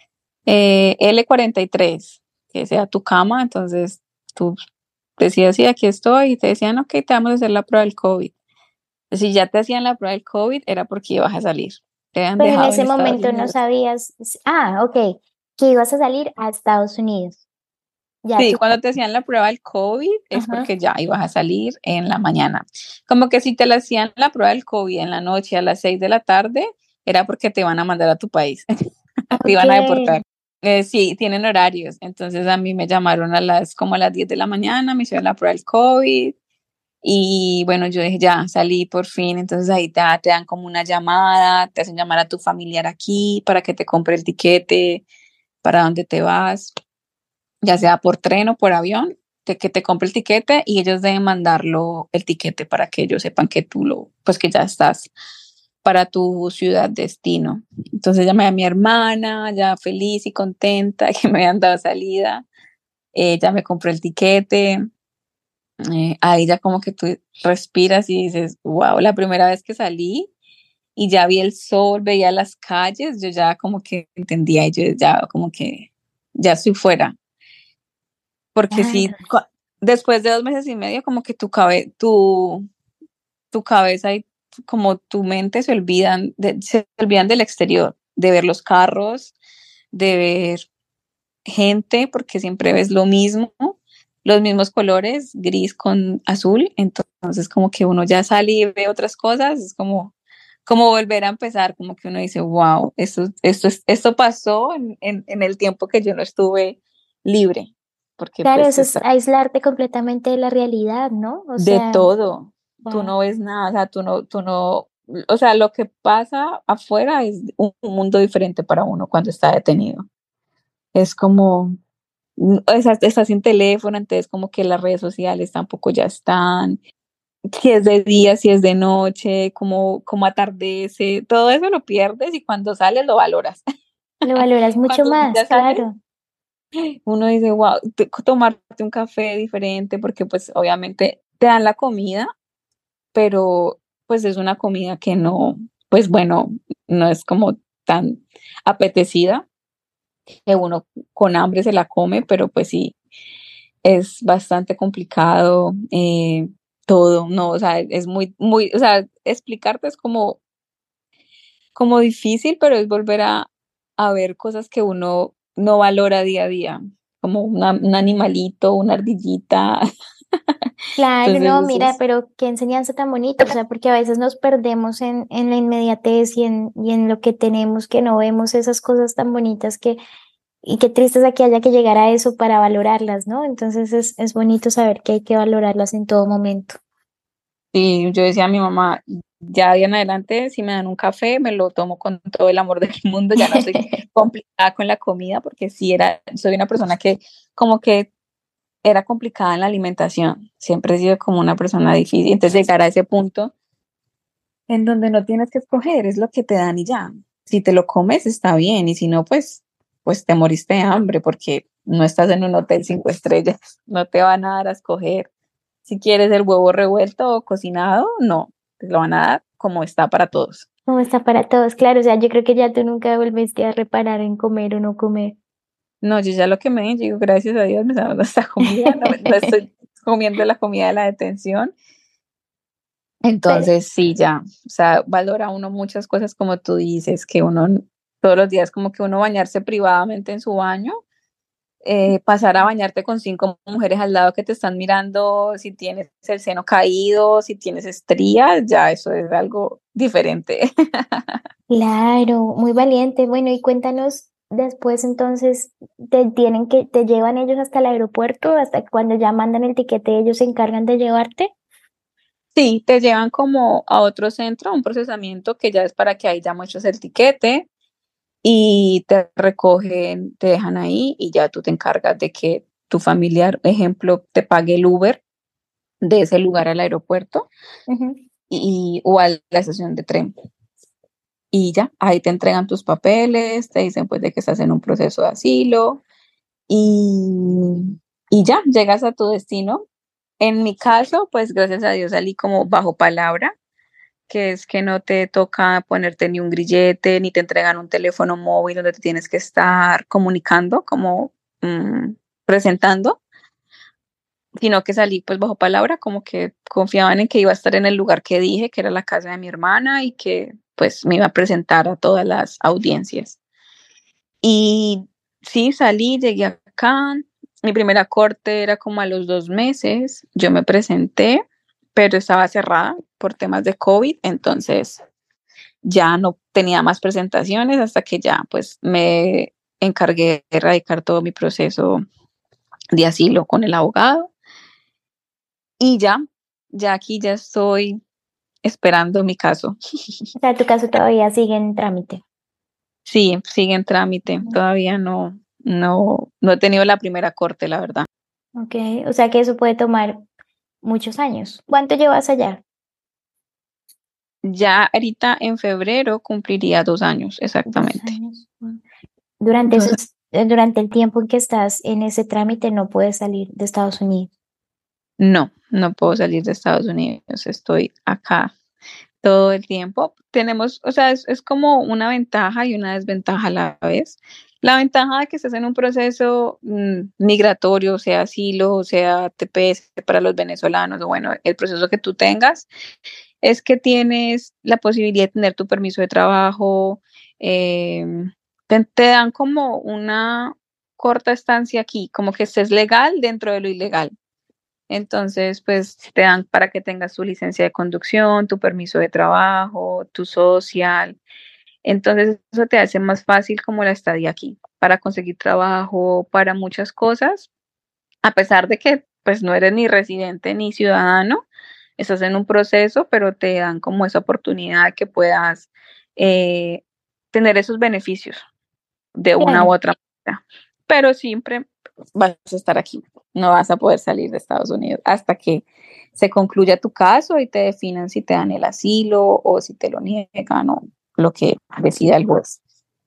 L43, que sea tu cama, entonces tú decías, sí, aquí estoy, y te decían, ok, te vamos a hacer la prueba del COVID. Si ya te hacían la prueba del COVID, era porque ibas a salir. Te habían Pero en dejado en ese Estados momento no Unidos. sabías, ok, que ibas a salir a Estados Unidos. Ya Sí, tú. cuando te hacían la prueba del COVID es Ajá. porque ya ibas a salir en la mañana. Como que si te la hacían la prueba del COVID en la noche a las 6 de la tarde, era porque te iban a mandar a tu país, te Ok. iban a deportar. Sí, tienen horarios. Entonces a mí me llamaron como a las 10 de la mañana, me hicieron la prueba del COVID. Y bueno, yo dije, ya salí por fin. Entonces ahí te dan como una llamada, te hacen llamar a tu familiar aquí para que te compre el tiquete para dónde te vas, ya sea por tren o por avión, que te compre el tiquete, y ellos deben mandarlo el tiquete para que ellos sepan que pues que ya estás para tu ciudad destino. Entonces llamé a mi hermana, ya feliz y contenta que me habían dado salida. Ella me compró el tiquete. Ahí ya como que tú respiras y dices, wow, la primera vez que salí y ya vi el sol, veía las calles, yo ya como que entendía, y yo ya como que ya estoy fuera, porque sí, Claro. después de 2 meses y medio como que tu cabeza y como tu mente se olvidan del exterior, de ver los carros, de ver gente, porque siempre ves lo mismo, los mismos colores, gris con azul. Entonces como que uno ya sale y ve otras cosas, es como volver a empezar, como que uno dice, wow, esto pasó en el tiempo que yo no estuve libre, porque Claro, pues eso es aislarte completamente de la realidad, ¿no? O de sea, todo, tú wow. no ves nada, o sea, tú no, o sea, lo que pasa afuera es un mundo diferente para uno cuando está detenido. Es como, estás sin teléfono, entonces como que las redes sociales tampoco ya están, si es de día, si es de noche, como atardece, todo eso lo pierdes, y cuando sales lo valoras. Lo valoras mucho Cuando más, ya sales, claro. uno dice, wow, tomarte un café diferente, porque pues obviamente te dan la comida, pero pues es una comida que no, pues bueno, no es como tan apetecida, que uno con hambre se la come, pero pues sí, es bastante complicado, todo, no, o sea, es muy, muy, o sea, explicarte es como difícil, pero es volver a ver cosas que uno no valora día a día, como un animalito, una ardillita. Claro, Entonces no, eso mira, es, pero qué enseñanza tan bonita, o sea, porque a veces nos perdemos en la inmediatez y en lo que tenemos, que no vemos esas cosas tan bonitas y qué triste es que haya que llegar a eso para valorarlas, ¿no? Entonces es bonito saber que hay que valorarlas en todo momento. sí, yo decía a mi mamá, ya de en adelante, si me dan un café, me lo tomo con todo el amor del mundo, ya no soy complicada con la comida, porque sí soy una persona que como que era complicada en la alimentación, siempre he sido como una persona difícil, entonces llegar a ese punto en donde no tienes que escoger, es lo que te dan y ya. Si te lo comes está bien, y si no, pues te moriste de hambre, porque no estás en un hotel 5 estrellas, no te van a dar a escoger si quieres el huevo revuelto o cocinado, no, te lo van a dar como está para todos. ¿Cómo está para todos? Claro, o sea, yo creo que ya tú nunca volviste a reparar en comer o no comer. No, yo ya lo que me digo, gracias a Dios me está dando esta comida, no estoy comiendo la comida de la detención. Pero, Entonces, sí, ya, o sea, valora uno muchas cosas como tú dices, que uno todos los días como que uno bañarse privadamente en su baño, pasar a bañarte con 5 mujeres al lado que te están mirando, si tienes el seno caído, si tienes estrías, ya eso es algo diferente. claro, muy valiente. Bueno, y cuéntanos después entonces, te llevan ellos hasta el aeropuerto, hasta cuando ya mandan el tiquete, ellos se encargan de llevarte. Sí, te llevan como a otro centro, a un procesamiento que ya es para que ahí ya muestres el tiquete y te recogen, te dejan ahí y ya tú te encargas de que tu familiar, ejemplo, te pague el Uber de ese lugar al aeropuerto Ujú. o a la estación de tren. Y ya, ahí te entregan tus papeles, te dicen pues de que estás en un proceso de asilo y, y ya, llegas a tu destino. En mi caso, pues gracias a Dios salí como bajo palabra, que es que no te toca ponerte ni un grillete, ni te entregan un teléfono móvil donde te tienes que estar comunicando, como presentando, sino que salí pues bajo palabra, como que confiaban en que iba a estar en el lugar que dije, que era la casa de mi hermana y que pues me iba a presentar a todas las audiencias. Y sí, salí, llegué acá, mi primera corte era como a los 2 meses, yo me presenté, pero estaba cerrada por temas de COVID, entonces ya no tenía más presentaciones hasta que ya pues me encargué de erradicar todo mi proceso de asilo con el abogado y ya aquí ya estoy esperando mi caso. O sea, tu caso todavía sigue en trámite. Sí, sigue en trámite, Ujú. todavía no he tenido la primera corte, la verdad. Ok, o sea que eso puede tomar muchos años. ¿Cuánto llevas allá? Ya ahorita en febrero cumpliría 2 años, 2 exactamente. años. Durante Dos, durante el tiempo en que estás en ese trámite no puedes salir de Estados Unidos. no puedo salir de Estados Unidos, estoy acá todo el tiempo. Tenemos, o sea, es como una ventaja y una desventaja a la vez. La ventaja de que estés en un proceso migratorio, sea asilo, sea TPS para los venezolanos, o bueno, el proceso que tú tengas, es que tienes la posibilidad de tener tu permiso de trabajo, eh, te dan como una corta estancia aquí, como que estés legal dentro de lo ilegal. Entonces, pues te dan para que tengas tu licencia de conducción, tu permiso de trabajo, tu social. Entonces, eso te hace más fácil como la estadía aquí, para conseguir trabajo, para muchas cosas, a pesar de que pues no eres ni residente ni ciudadano, estás en un proceso, pero te dan como esa oportunidad de que puedas eh, tener esos beneficios de una u Claro. otra manera. Pero siempre vas a estar aquí, no vas a poder salir de Estados Unidos hasta que se concluya tu caso y te definan si te dan el asilo o si te lo niegan o lo que decida el juez.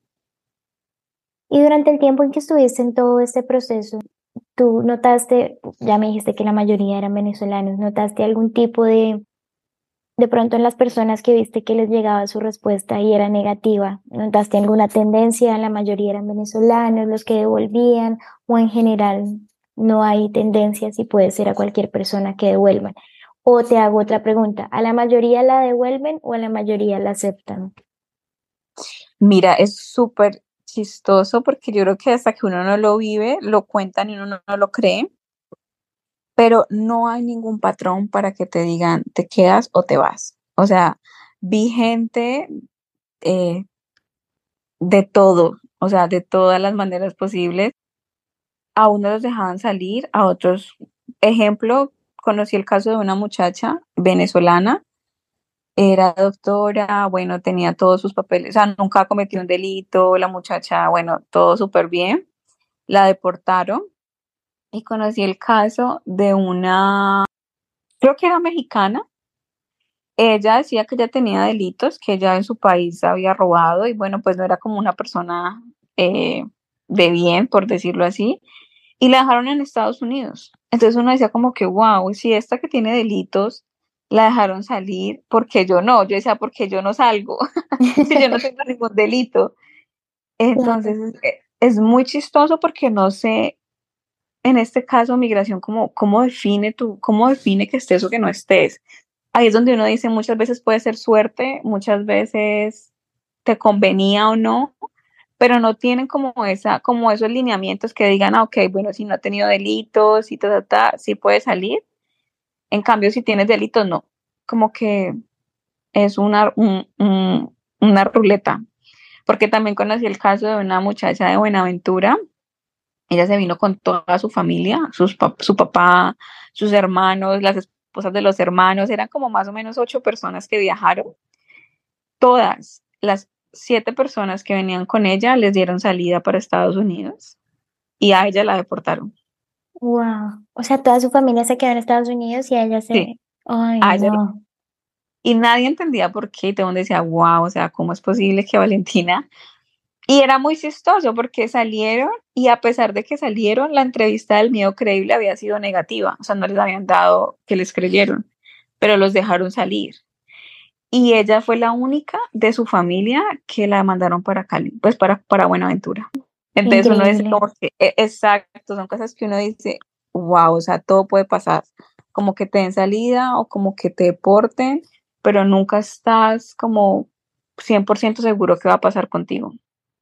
Y durante el tiempo en que estuviste en todo este proceso, ¿tú notaste, ya me dijiste que la mayoría eran venezolanos, notaste algún tipo de pronto en las personas que viste que les llegaba su respuesta y era negativa, notaste alguna tendencia? La mayoría eran venezolanos, los que devolvían, o en general no hay tendencias y puede ser a cualquier persona que devuelvan. O te hago otra pregunta, ¿a la mayoría la devuelven o a la mayoría la aceptan? Mira, es súper chistoso porque yo creo que hasta que uno no lo vive, lo cuentan y uno no lo cree, pero no hay ningún patrón para que te digan te quedas o te vas. O sea, vi gente eh, de todo, o sea, de todas las maneras posibles. A unos los dejaban salir, a otros, ejemplo, conocí el caso de una muchacha venezolana, era doctora, bueno, tenía todos sus papeles, o sea, nunca cometió un delito, la muchacha, bueno, todo súper bien, la deportaron y conocí el caso de una, creo que era mexicana. Ella decía que ella tenía delitos, que ella en su país había robado y bueno, pues no era como una persona de bien, por decirlo así, y la dejaron en Estados Unidos. Entonces uno decía como que, wow, si esta que tiene delitos la dejaron salir, porque yo no, yo decía, porque yo no salgo, si yo no tengo ningún delito. Claro. Entonces es muy chistoso porque no sé, en este caso migración, cómo define que estés o que no estés. Ahí es donde uno dice, muchas veces puede ser suerte, muchas veces te convenía o no, pero no tienen como esos lineamientos que digan, ok, bueno, si no ha tenido delitos y sí puede salir. En cambio, si tienes delitos, no. Como que es una ruleta. Porque también conocí el caso de una muchacha de Buenaventura. Ella se vino con toda su familia, su papá, sus hermanos, las esposas de los hermanos. Eran como más o menos 8 personas que viajaron. Todas las 7 personas que venían con ella les dieron salida para Estados Unidos y a ella la deportaron. Wow. O sea, toda su familia se quedó en Estados Unidos y ella Sí, se... Ay, a ella. no. Y nadie entendía por qué, y todo el mundo decía, wow, o sea, ¿cómo es posible que Valentina? Y era muy chistoso porque salieron y a pesar de que salieron, la entrevista del miedo creíble había sido negativa, o sea, no les habían dado que les creyeron, pero los dejaron salir. Y ella fue la única de su familia que la mandaron para Cali, pues para Buenaventura. Entonces uno dice Increíble. como que, exacto, son cosas que uno dice, wow, o sea, todo puede pasar, como que te den salida o como que te deporten, pero nunca estás como 100% seguro que va a pasar contigo.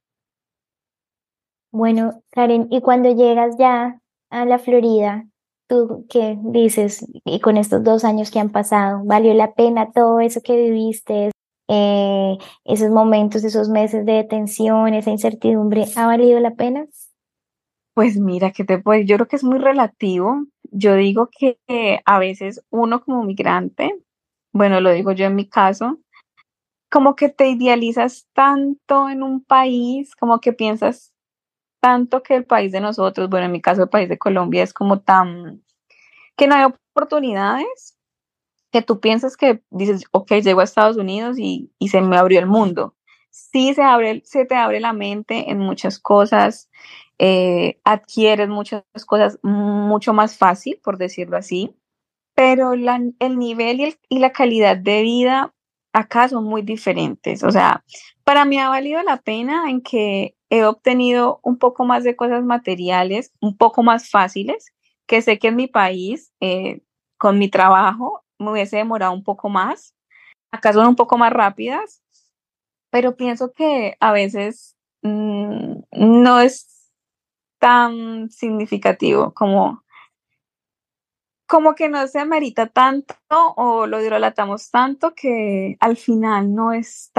Bueno, Karen, y cuando llegas ya a la Florida, ¿tú qué dices? Y con estos 2 años que han pasado, ¿valió la pena todo eso que viviste? Eh, Esos momentos, esos meses de detención, esa incertidumbre, ¿ha valido la pena? Pues mira, yo creo que es muy relativo. Yo digo que a veces uno como migrante, bueno, lo digo yo en mi caso, como que te idealizas tanto en un país, como que piensas tanto que el país de nosotros, bueno, en mi caso el país de Colombia es como tan, que no hay oportunidades, que tú piensas que dices, ok, llego a Estados Unidos y se me abrió el mundo. Sí, se te abre la mente en muchas cosas, adquieres muchas cosas mucho más fácil, por decirlo así, pero el nivel y la calidad de vida acá son muy diferentes. O sea, para mí ha valido la pena en que he obtenido un poco más de cosas materiales, un poco más fáciles, que sé que en mi país, con mi trabajo, me hubiese demorado un poco más. Acá son un poco más rápidas, pero pienso que a veces no es tan significativo como que no se amerita tanto o lo dilatamos tanto que al final no es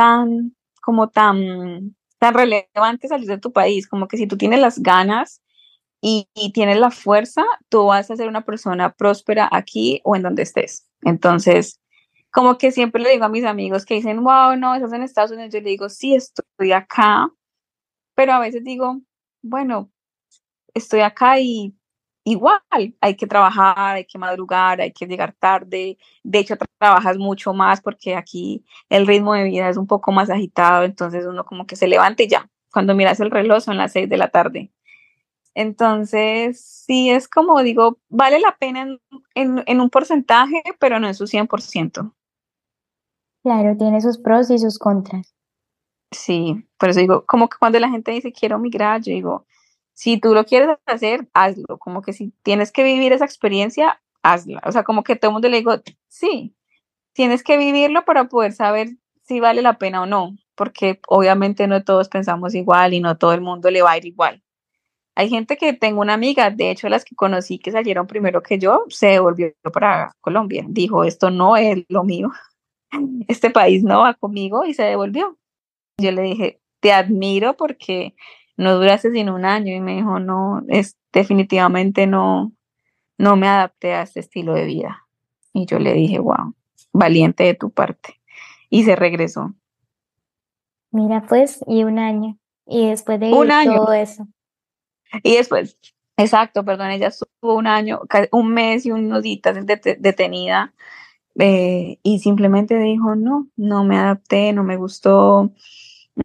tan relevante salir de tu país, como que si tú tienes las ganas y tienes la fuerza, tú vas a ser una persona próspera aquí o en donde estés. Entonces, como que siempre le digo a mis amigos que dicen, wow, no, estás en Estados Unidos, yo le digo, sí, estoy acá, pero a veces digo, bueno, estoy acá y igual hay que trabajar, hay que madrugar, hay que llegar tarde. De hecho, trabajas mucho más porque aquí el ritmo de vida es un poco más agitado, entonces uno como que se levanta y ya. Cuando miras el reloj son las 6 de la tarde. Entonces, sí es como digo, vale la pena en un porcentaje, pero no en su 100%. Claro, tiene sus pros y sus contras. Sí, por eso digo, como que cuando la gente dice quiero migrar, yo digo, si tú lo quieres hacer, hazlo. Como que si tienes que vivir esa experiencia, hazla. O sea, como que todo el mundo le digo, sí, tienes que vivirlo para poder saber si vale la pena o no, porque obviamente no todos pensamos igual y no todo el mundo le va a ir igual. Hay gente que tengo una amiga, de hecho las que conocí que salieron primero que yo, se devolvió para Colombia. Dijo, esto no es lo mío, este país no va conmigo y se devolvió. Yo le dije, te admiro porque no duraste sino un año y me dijo, no, definitivamente no me adapté a este estilo de vida. Y yo le dije, wow, valiente de tu parte. Y se regresó. Mira, pues, y 1 año. Y después de Un vivir año. todo eso. Y después, exacto, perdón, ella estuvo un año, un mes y unos días detenida, y simplemente dijo, no me adapté, no me gustó,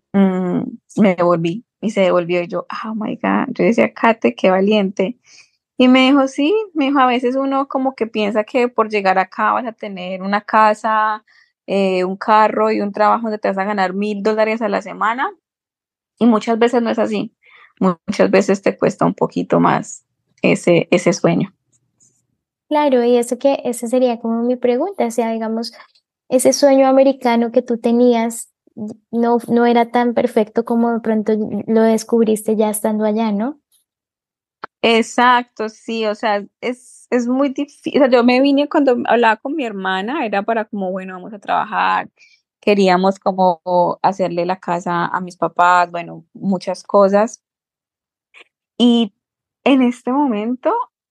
me devolví y se devolvió y yo, oh my God, yo decía, Kate, qué valiente. Y me dijo, sí, me dijo, a veces uno como que piensa que por llegar acá vas a tener una casa, un carro y un trabajo donde te vas a ganar $1,000 a la semana. Y muchas veces no es así. Muchas veces te cuesta un poquito más ese sueño. Claro, y eso que, esa sería como mi pregunta, o sea, digamos, ese sueño americano que tú tenías no era tan perfecto como de pronto lo descubriste ya estando allá, ¿no? Exacto, sí, o sea, es muy difícil. O sea, yo me vine cuando hablaba con mi hermana, era para como, bueno, vamos a trabajar, queríamos como hacerle la casa a mis papás, bueno, muchas cosas. Y en este momento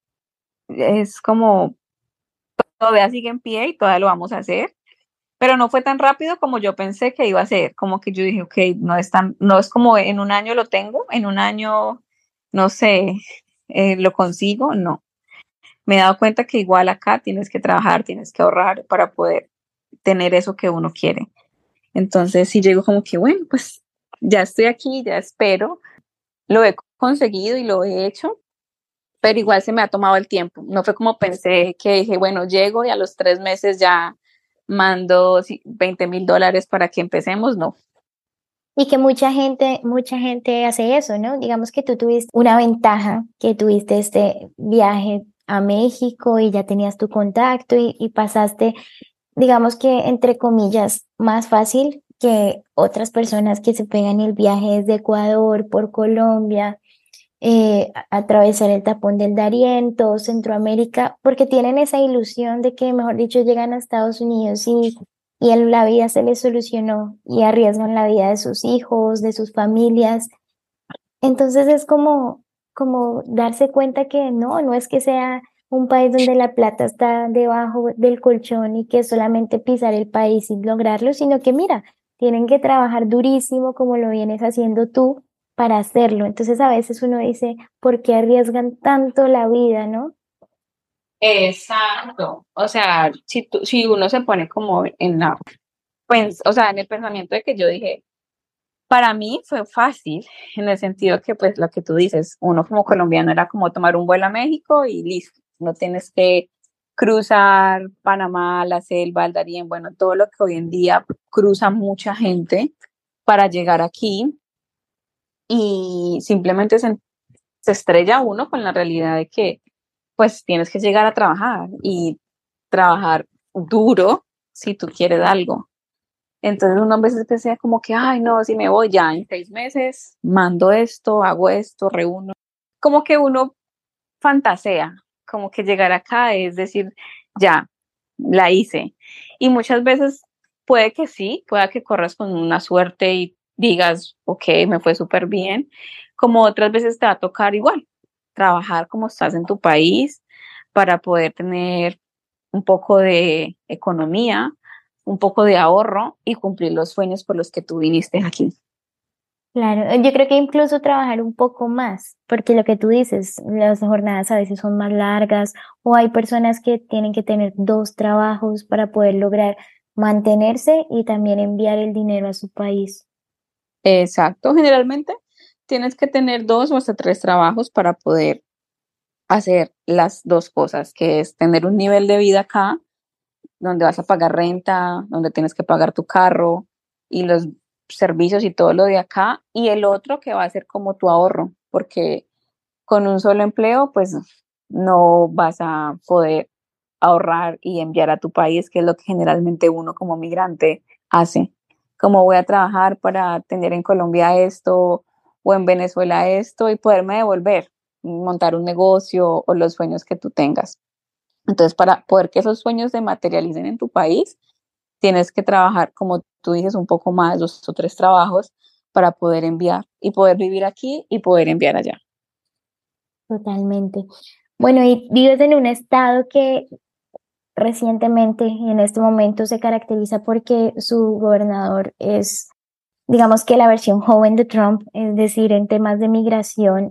es como, todavía sigue en pie y todavía lo vamos a hacer, pero no fue tan rápido como yo pensé que iba a ser, como que yo dije, ok, no es como en un año lo tengo, en un año, no sé, lo consigo, no. Me he dado cuenta que igual acá tienes que trabajar, tienes que ahorrar para poder tener eso que uno quiere. Entonces, si llego como que, bueno, pues ya estoy aquí, ya espero, lo he conseguido y lo he hecho, pero igual se me ha tomado el tiempo. No fue como pensé que dije, bueno, llego y a los 3 meses ya mando $20,000 para que empecemos, no. Y que mucha gente hace eso, ¿no? Digamos que tú tuviste una ventaja, que tuviste este viaje a México y ya tenías tu contacto y pasaste, digamos que entre comillas, más fácil que otras personas que se pegan el viaje desde Ecuador por Colombia, atravesar el tapón del Darién, todo Centroamérica, porque tienen esa ilusión de que, mejor dicho, llegan a Estados Unidos y en la vida se les solucionó y arriesgan la vida de sus hijos, de sus familias. Entonces es como darse cuenta que no es que sea un país donde la plata está debajo del colchón y que solamente pisar el país y lograrlo, sino que mira, tienen que trabajar durísimo como lo vienes haciendo tú para hacerlo. Entonces a veces uno dice, ¿por qué arriesgan tanto la vida, no? Exacto. O sea, si uno se pone como en pues, o sea, en el pensamiento de que yo dije, para mí fue fácil, en el sentido que, pues, lo que tú dices, uno como colombiano era como tomar un vuelo a México y listo, no tienes que cruzar Panamá, la selva, el Darién, bueno, todo lo que hoy en día cruza mucha gente para llegar aquí y simplemente se estrella uno con la realidad de que, pues, tienes que llegar a trabajar y trabajar duro si tú quieres algo. Entonces uno a veces decía como que, ay, no, si me voy ya en 6 meses, mando esto, hago esto, reúno. Como que uno fantasea, como que llegar acá es decir, ya, la hice. Y muchas veces puede que sí, pueda que corras con una suerte y digas, ok, me fue súper bien, como otras veces te va a tocar igual, trabajar como estás en tu país para poder tener un poco de economía, un poco de ahorro y cumplir los sueños por los que tú viniste aquí. Claro, yo creo que incluso trabajar un poco más, porque lo que tú dices, las jornadas a veces son más largas o hay personas que tienen que tener dos trabajos para poder lograr mantenerse y también enviar el dinero a su país. Exacto, generalmente tienes que tener 2 o hasta 3 trabajos para poder hacer las dos cosas, que es tener un nivel de vida acá, donde vas a pagar renta, donde tienes que pagar tu carro y los servicios y todo lo de acá, y el otro que va a ser como tu ahorro, porque con un solo empleo, pues no vas a poder ahorrar y enviar a tu país, que es lo que generalmente uno como migrante hace. Como voy a trabajar para tener en Colombia esto o en Venezuela esto y poderme devolver, montar un negocio o los sueños que tú tengas. Entonces, para poder que esos sueños se materialicen en tu país, tienes que trabajar, como tú dices, un poco más, 2 o 3 trabajos para poder enviar y poder vivir aquí y poder enviar allá. Totalmente. Bueno, y vives en un estado que recientemente, en este momento, se caracteriza porque su gobernador es, digamos que la versión joven de Trump, es decir, en temas de migración,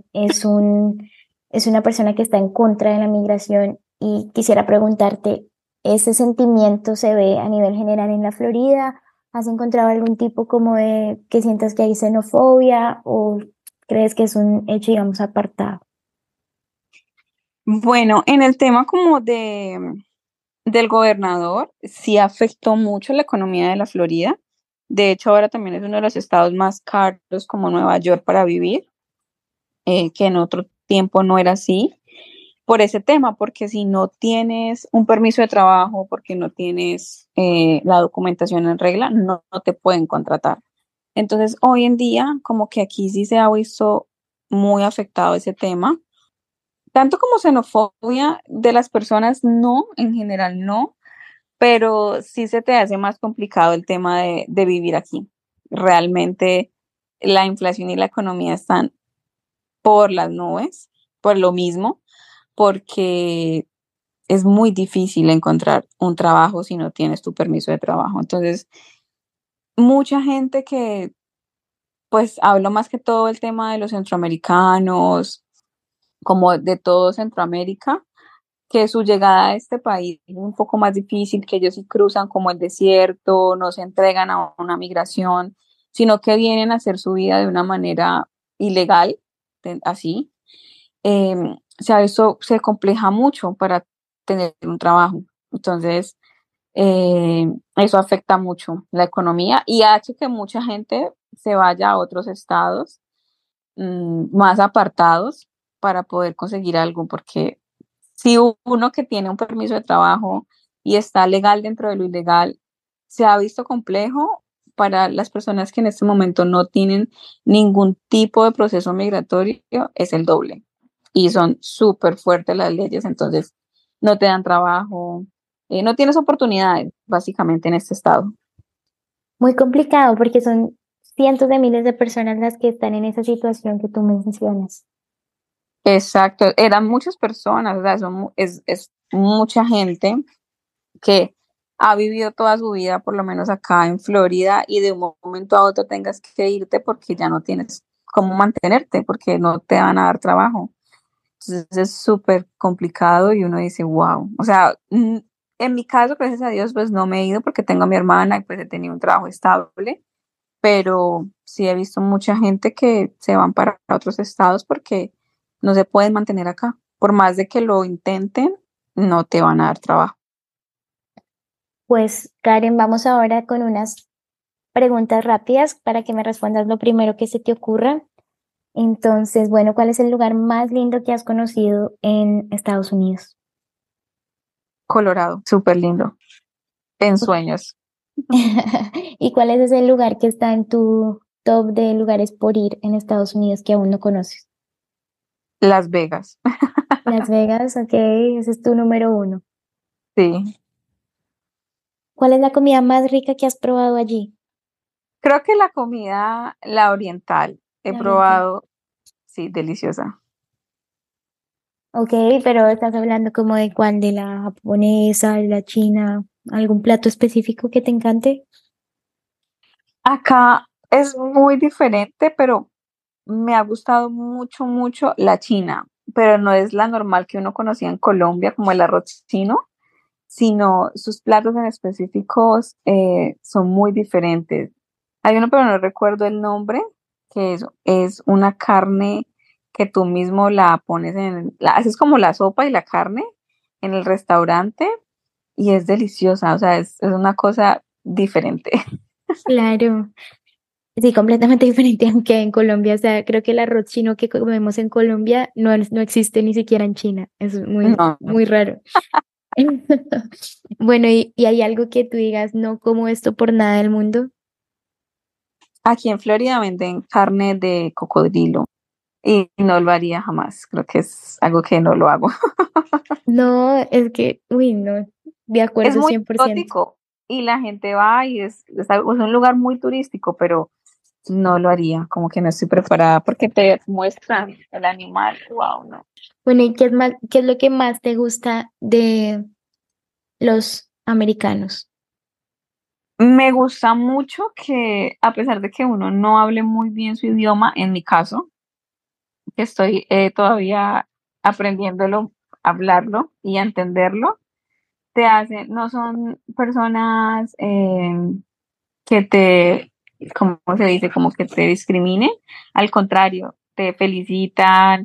es una persona que está en contra de la migración y quisiera preguntarte, ¿ese sentimiento se ve a nivel general en la Florida? ¿Has encontrado algún tipo como de que sientas que hay xenofobia o crees que es un hecho, digamos, apartado? Bueno, en el tema como del gobernador, sí afectó mucho la economía de la Florida. De hecho, ahora también es uno de los estados más caros como Nueva York para vivir, que en otro tiempo no era así. Por ese tema, porque si no tienes un permiso de trabajo, porque no tienes la documentación en regla, no te pueden contratar. Entonces, hoy en día, como que aquí sí se ha visto muy afectado ese tema, tanto como xenofobia de las personas, no, en general no, pero sí se te hace más complicado el tema de vivir aquí. Realmente la inflación y la economía están por las nubes, por lo mismo, porque es muy difícil encontrar un trabajo si no tienes tu permiso de trabajo. Entonces, mucha gente que, pues, hablo más que todo el tema de los centroamericanos, como de todo Centroamérica, que su llegada a este país es un poco más difícil, que ellos sí cruzan como el desierto, no se entregan a una migración, sino que vienen a hacer su vida de una manera ilegal, así. O sea, eso se compleja mucho para tener un trabajo. Entonces, eso afecta mucho la economía y ha hecho que mucha gente se vaya a otros estados más apartados para poder conseguir algo, porque si uno que tiene un permiso de trabajo y está legal dentro de lo ilegal, se ha visto complejo para las personas que en este momento no tienen ningún tipo de proceso migratorio, es el doble. Y son súper fuertes las leyes, entonces no te dan trabajo, no tienes oportunidades básicamente en este estado. Muy complicado porque son cientos de miles de personas las que están en esa situación que tú mencionas. Exacto, eran muchas personas, o sea, es mucha gente que ha vivido toda su vida, por lo menos acá en Florida, y de un momento a otro tengas que irte porque ya no tienes cómo mantenerte, porque no te van a dar trabajo. Entonces es súper complicado y uno dice, wow. O sea, en mi caso, gracias a Dios, pues no me he ido porque tengo a mi hermana y pues he tenido un trabajo estable, pero sí he visto mucha gente que se van para otros estados porque no se pueden mantener acá. Por más de que lo intenten, no te van a dar trabajo. Pues Karen, vamos ahora con unas preguntas rápidas para que me respondas lo primero que se te ocurra. Entonces, bueno, ¿cuál es el lugar más lindo que has conocido en Estados Unidos? Colorado, súper lindo. En sueños. ¿Y cuál es ese lugar que está en tu top de lugares por ir en Estados Unidos que aún no conoces? Las Vegas. Las Vegas, ok, ese es tu número uno. Sí. ¿Cuál es la comida más rica que has probado allí? Creo que la comida, la oriental, he La oriental. probado, sí, deliciosa. Ok, pero estás hablando como de cuál, de la japonesa, de la china, algún plato específico que te encante. Acá es muy diferente, pero me ha gustado mucho, mucho la china, pero no es la normal que uno conocía en Colombia, como el arroz chino, sino sus platos en específicos son muy diferentes. Hay uno, pero no recuerdo el nombre, que es una carne que tú mismo la pones haces como la sopa y la carne en el restaurante y es deliciosa, o sea, es una cosa diferente. Claro, sí, completamente diferente aunque en Colombia. O sea, creo que el arroz chino que comemos en Colombia no existe ni siquiera en China. Es muy, No, no. muy raro. Bueno, y hay algo que tú digas, no como esto por nada del mundo. Aquí en Florida venden carne de cocodrilo y no lo haría jamás. Creo que es algo que no lo hago. No, es que, uy, no, de Es acuerdo muy 100%. exótico y la gente va y es un lugar muy turístico, pero no lo haría, como que no estoy preparada porque te muestran el animal. Wow, no. Bueno, ¿y qué es más, qué es lo que más te gusta de los americanos? Me gusta mucho que a pesar de que uno no hable muy bien su idioma, en mi caso, que estoy todavía aprendiéndolo, a hablarlo y a entenderlo, no son personas que te, como se dice, como que te discriminen, al contrario, te felicitan,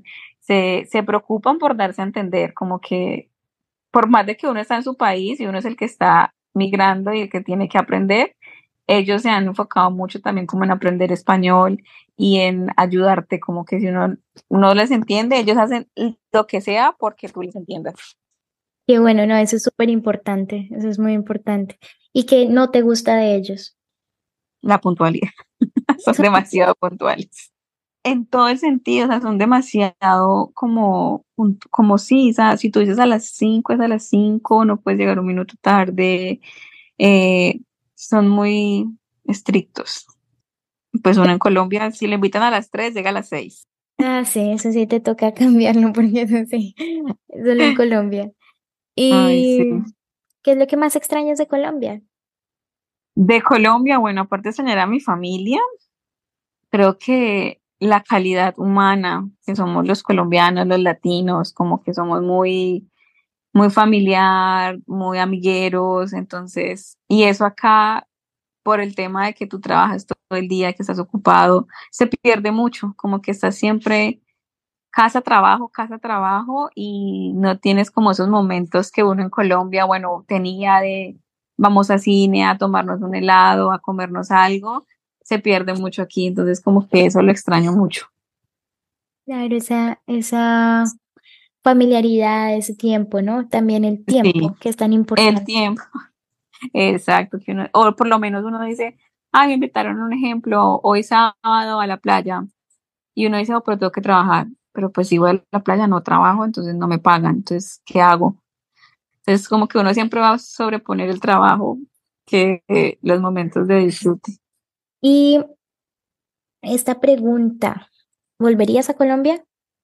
se preocupan por darse a entender, como que por más de que uno está en su país y uno es el que está migrando y el que tiene que aprender, ellos se han enfocado mucho también como en aprender español y en ayudarte, como que si uno no les entiende, ellos hacen lo que sea porque tú les entiendas. Qué bueno, no, eso es súper importante, eso es muy importante. ¿Y qué no te gusta de ellos? La puntualidad, son demasiado puntuales. En todo el sentido, o sea, son demasiado como sí, o sea, si tú dices a las 5 es a las 5, no puedes llegar un minuto tarde, eh, son muy estrictos. Pues uno en Colombia, si le invitan a las 3 llega a las 6. Ah, sí, eso sí te toca cambiarlo porque eso sí, solo en Colombia. Ay, sí. ¿Y qué es lo que más extrañas de Colombia? De Colombia, bueno, aparte de extrañar a mi familia, creo que la calidad humana, que somos los colombianos, los latinos, como que somos muy familiar, muy amigueros, entonces, y eso acá, por el tema de que tú trabajas todo el día, que estás ocupado, se pierde mucho, como que estás siempre casa, trabajo, y no tienes como esos momentos que uno en Colombia, bueno, tenía de vamos a cine, a tomarnos un helado, a comernos algo, se pierde mucho aquí, entonces como que eso lo extraño mucho. Claro, esa familiaridad, ese tiempo, ¿no? También el Sí, tiempo, que es tan el importante. tiempo, exacto, que uno, o por lo menos uno dice, ah, me invitaron un ejemplo, hoy sábado a la playa, y uno dice, oh, pero tengo que trabajar, pero pues si voy a la playa no trabajo, entonces no me pagan, entonces, ¿qué hago? Entonces, como que uno siempre va a sobreponer el trabajo que los momentos de disfrute. Y esta pregunta, ¿volverías a Colombia?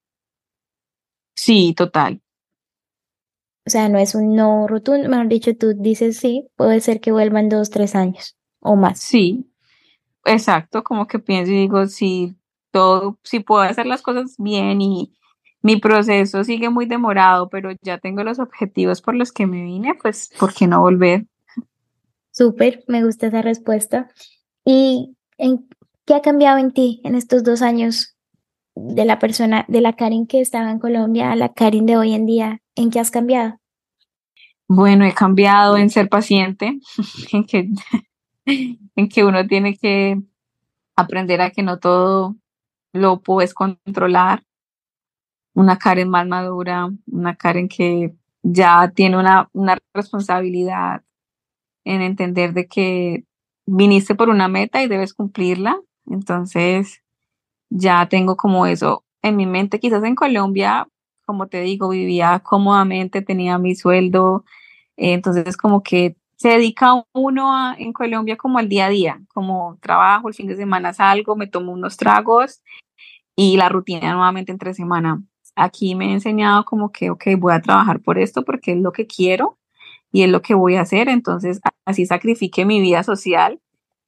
Sí, total. O sea, no es un no rotundo, mejor dicho, tú dices sí, puede ser que vuelva en 2, 3 años o más. Sí, exacto. Como que pienso y digo, si puedo hacer las cosas bien y mi proceso sigue muy demorado, pero ya tengo los objetivos por los que me vine, pues, ¿por qué no volver? Súper, me gusta esa respuesta. ¿Y qué ha cambiado en ti en estos 2 años de la persona, de la Karen que estaba en Colombia a la Karen de hoy en día? ¿En qué has cambiado? Bueno, he cambiado en ser paciente, en que, en que uno tiene que aprender a que no todo lo puedes controlar. Una Karen más madura, una Karen que ya tiene una responsabilidad en entender de que viniste por una meta y debes cumplirla. Entonces, ya tengo como eso en mi mente. Quizás en Colombia, como te digo, vivía cómodamente, tenía mi sueldo, entonces como que se dedica uno en Colombia como al día a día, como trabajo, el fin de semana salgo, me tomo unos tragos y la rutina nuevamente entre semana. Aquí me he enseñado como que, ok, voy a trabajar por esto porque es lo que quiero y es lo que voy a hacer, entonces así sacrifique mi vida social,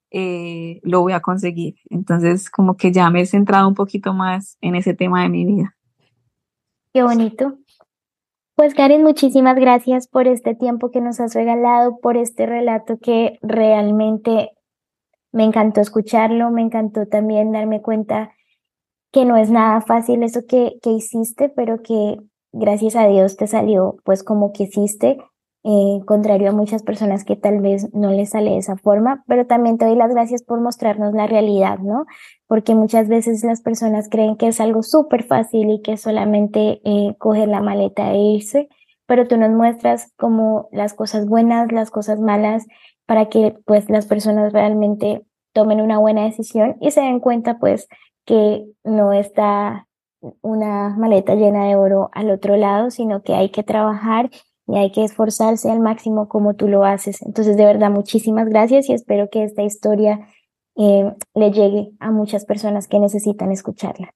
lo voy a conseguir. Entonces como que ya me he centrado un poquito más en ese tema de mi vida. Qué bonito. Pues Karen, muchísimas gracias por este tiempo que nos has regalado, por este relato que realmente me encantó escucharlo, me encantó también darme cuenta que no es nada fácil eso que hiciste, pero que gracias a Dios te salió pues como quisiste, contrario a muchas personas que tal vez no les sale de esa forma, pero también te doy las gracias por mostrarnos la realidad, ¿no? Porque muchas veces las personas creen que es algo súper fácil y que es solamente coger la maleta e irse, pero tú nos muestras como las cosas buenas, las cosas malas, para que pues las personas realmente tomen una buena decisión y se den cuenta pues que no está una maleta llena de oro al otro lado, sino que hay que trabajar y hay que esforzarse al máximo como tú lo haces. Entonces, de verdad, muchísimas gracias y espero que esta historia le llegue a muchas personas que necesitan escucharla.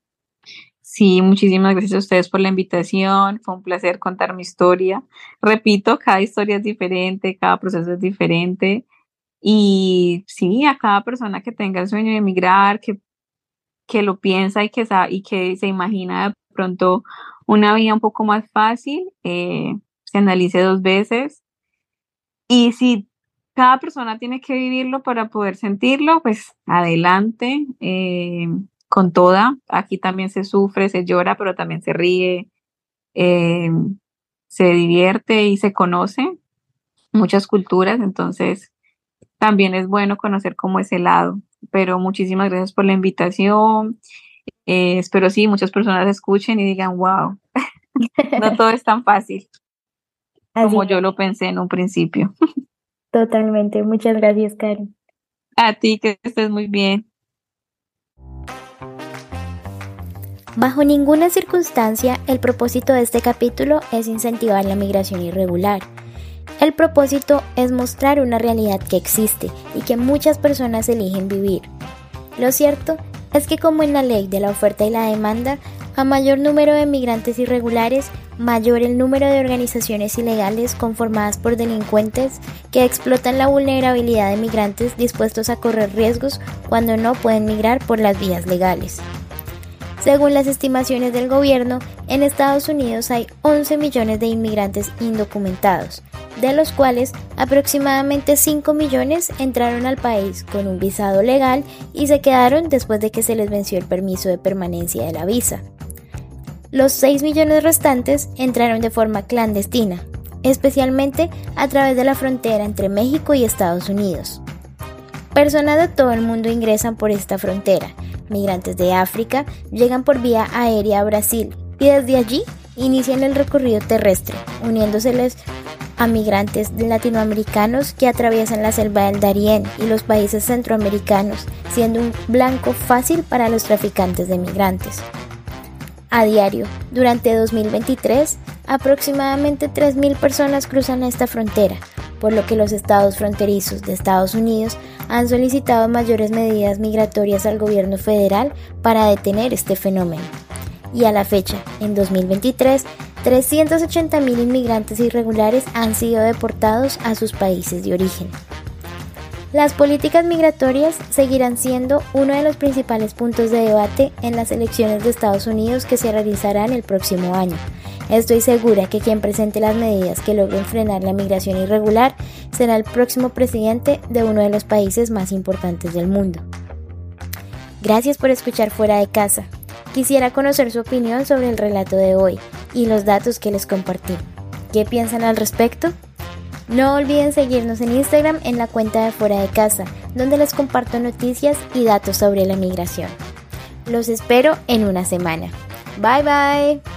Sí, muchísimas gracias a ustedes por la invitación. Fue un placer contar mi historia. Repito, cada historia es diferente, cada proceso es diferente. Y sí, a cada persona que tenga el sueño de emigrar, que lo piensa y que se imagina de pronto una vida un poco más fácil, se analice dos veces. Y si cada persona tiene que vivirlo para poder sentirlo, pues adelante. con toda. Aquí también se sufre, se llora, pero también se ríe, eh, se divierte y se conoce muchas culturas, entonces también es bueno conocer como ese lado. Pero muchísimas gracias por la invitación. Espero sí, muchas personas escuchen y digan, wow, no todo es tan fácil Así como es, yo lo pensé en un principio. totalmente. Muchas gracias, Karen. A ti, que estés muy bien. Bajo ninguna circunstancia, el propósito de este capítulo es incentivar la migración irregular. El propósito es mostrar una realidad que existe y que muchas personas eligen vivir. Lo cierto es que, como en la ley de la oferta y la demanda, a mayor número de migrantes irregulares, mayor el número de organizaciones ilegales conformadas por delincuentes que explotan la vulnerabilidad de migrantes dispuestos a correr riesgos cuando no pueden migrar por las vías legales. Según las estimaciones del gobierno, en Estados Unidos hay 11 millones de inmigrantes indocumentados, de los cuales aproximadamente 5 millones entraron al país con un visado legal y se quedaron después de que se les venció el permiso de permanencia de la visa. Los 6 millones restantes entraron de forma clandestina, especialmente a través de la frontera entre México y Estados Unidos. Personas de todo el mundo ingresan por esta frontera. Migrantes de África llegan por vía aérea a Brasil y desde allí inician el recorrido terrestre, uniéndoseles a migrantes latinoamericanos que atraviesan la selva del Darién y los países centroamericanos, siendo un blanco fácil para los traficantes de migrantes. A diario, durante 2023, aproximadamente 3.000 personas cruzan esta frontera, por lo que los estados fronterizos de Estados Unidos han solicitado mayores medidas migratorias al gobierno federal para detener este fenómeno. Y a la fecha, en 2023, 380.000 inmigrantes irregulares han sido deportados a sus países de origen. Las políticas migratorias seguirán siendo uno de los principales puntos de debate en las elecciones de Estados Unidos que se realizarán el próximo año. Estoy segura que quien presente las medidas que logren frenar la migración irregular será el próximo presidente de uno de los países más importantes del mundo. Gracias por escuchar Fuera de Casa. Quisiera conocer su opinión sobre el relato de hoy y los datos que les compartí. ¿Qué piensan al respecto? No olviden seguirnos en Instagram en la cuenta de Fuera de Casa, donde les comparto noticias y datos sobre la migración. Los espero en una semana. Bye bye.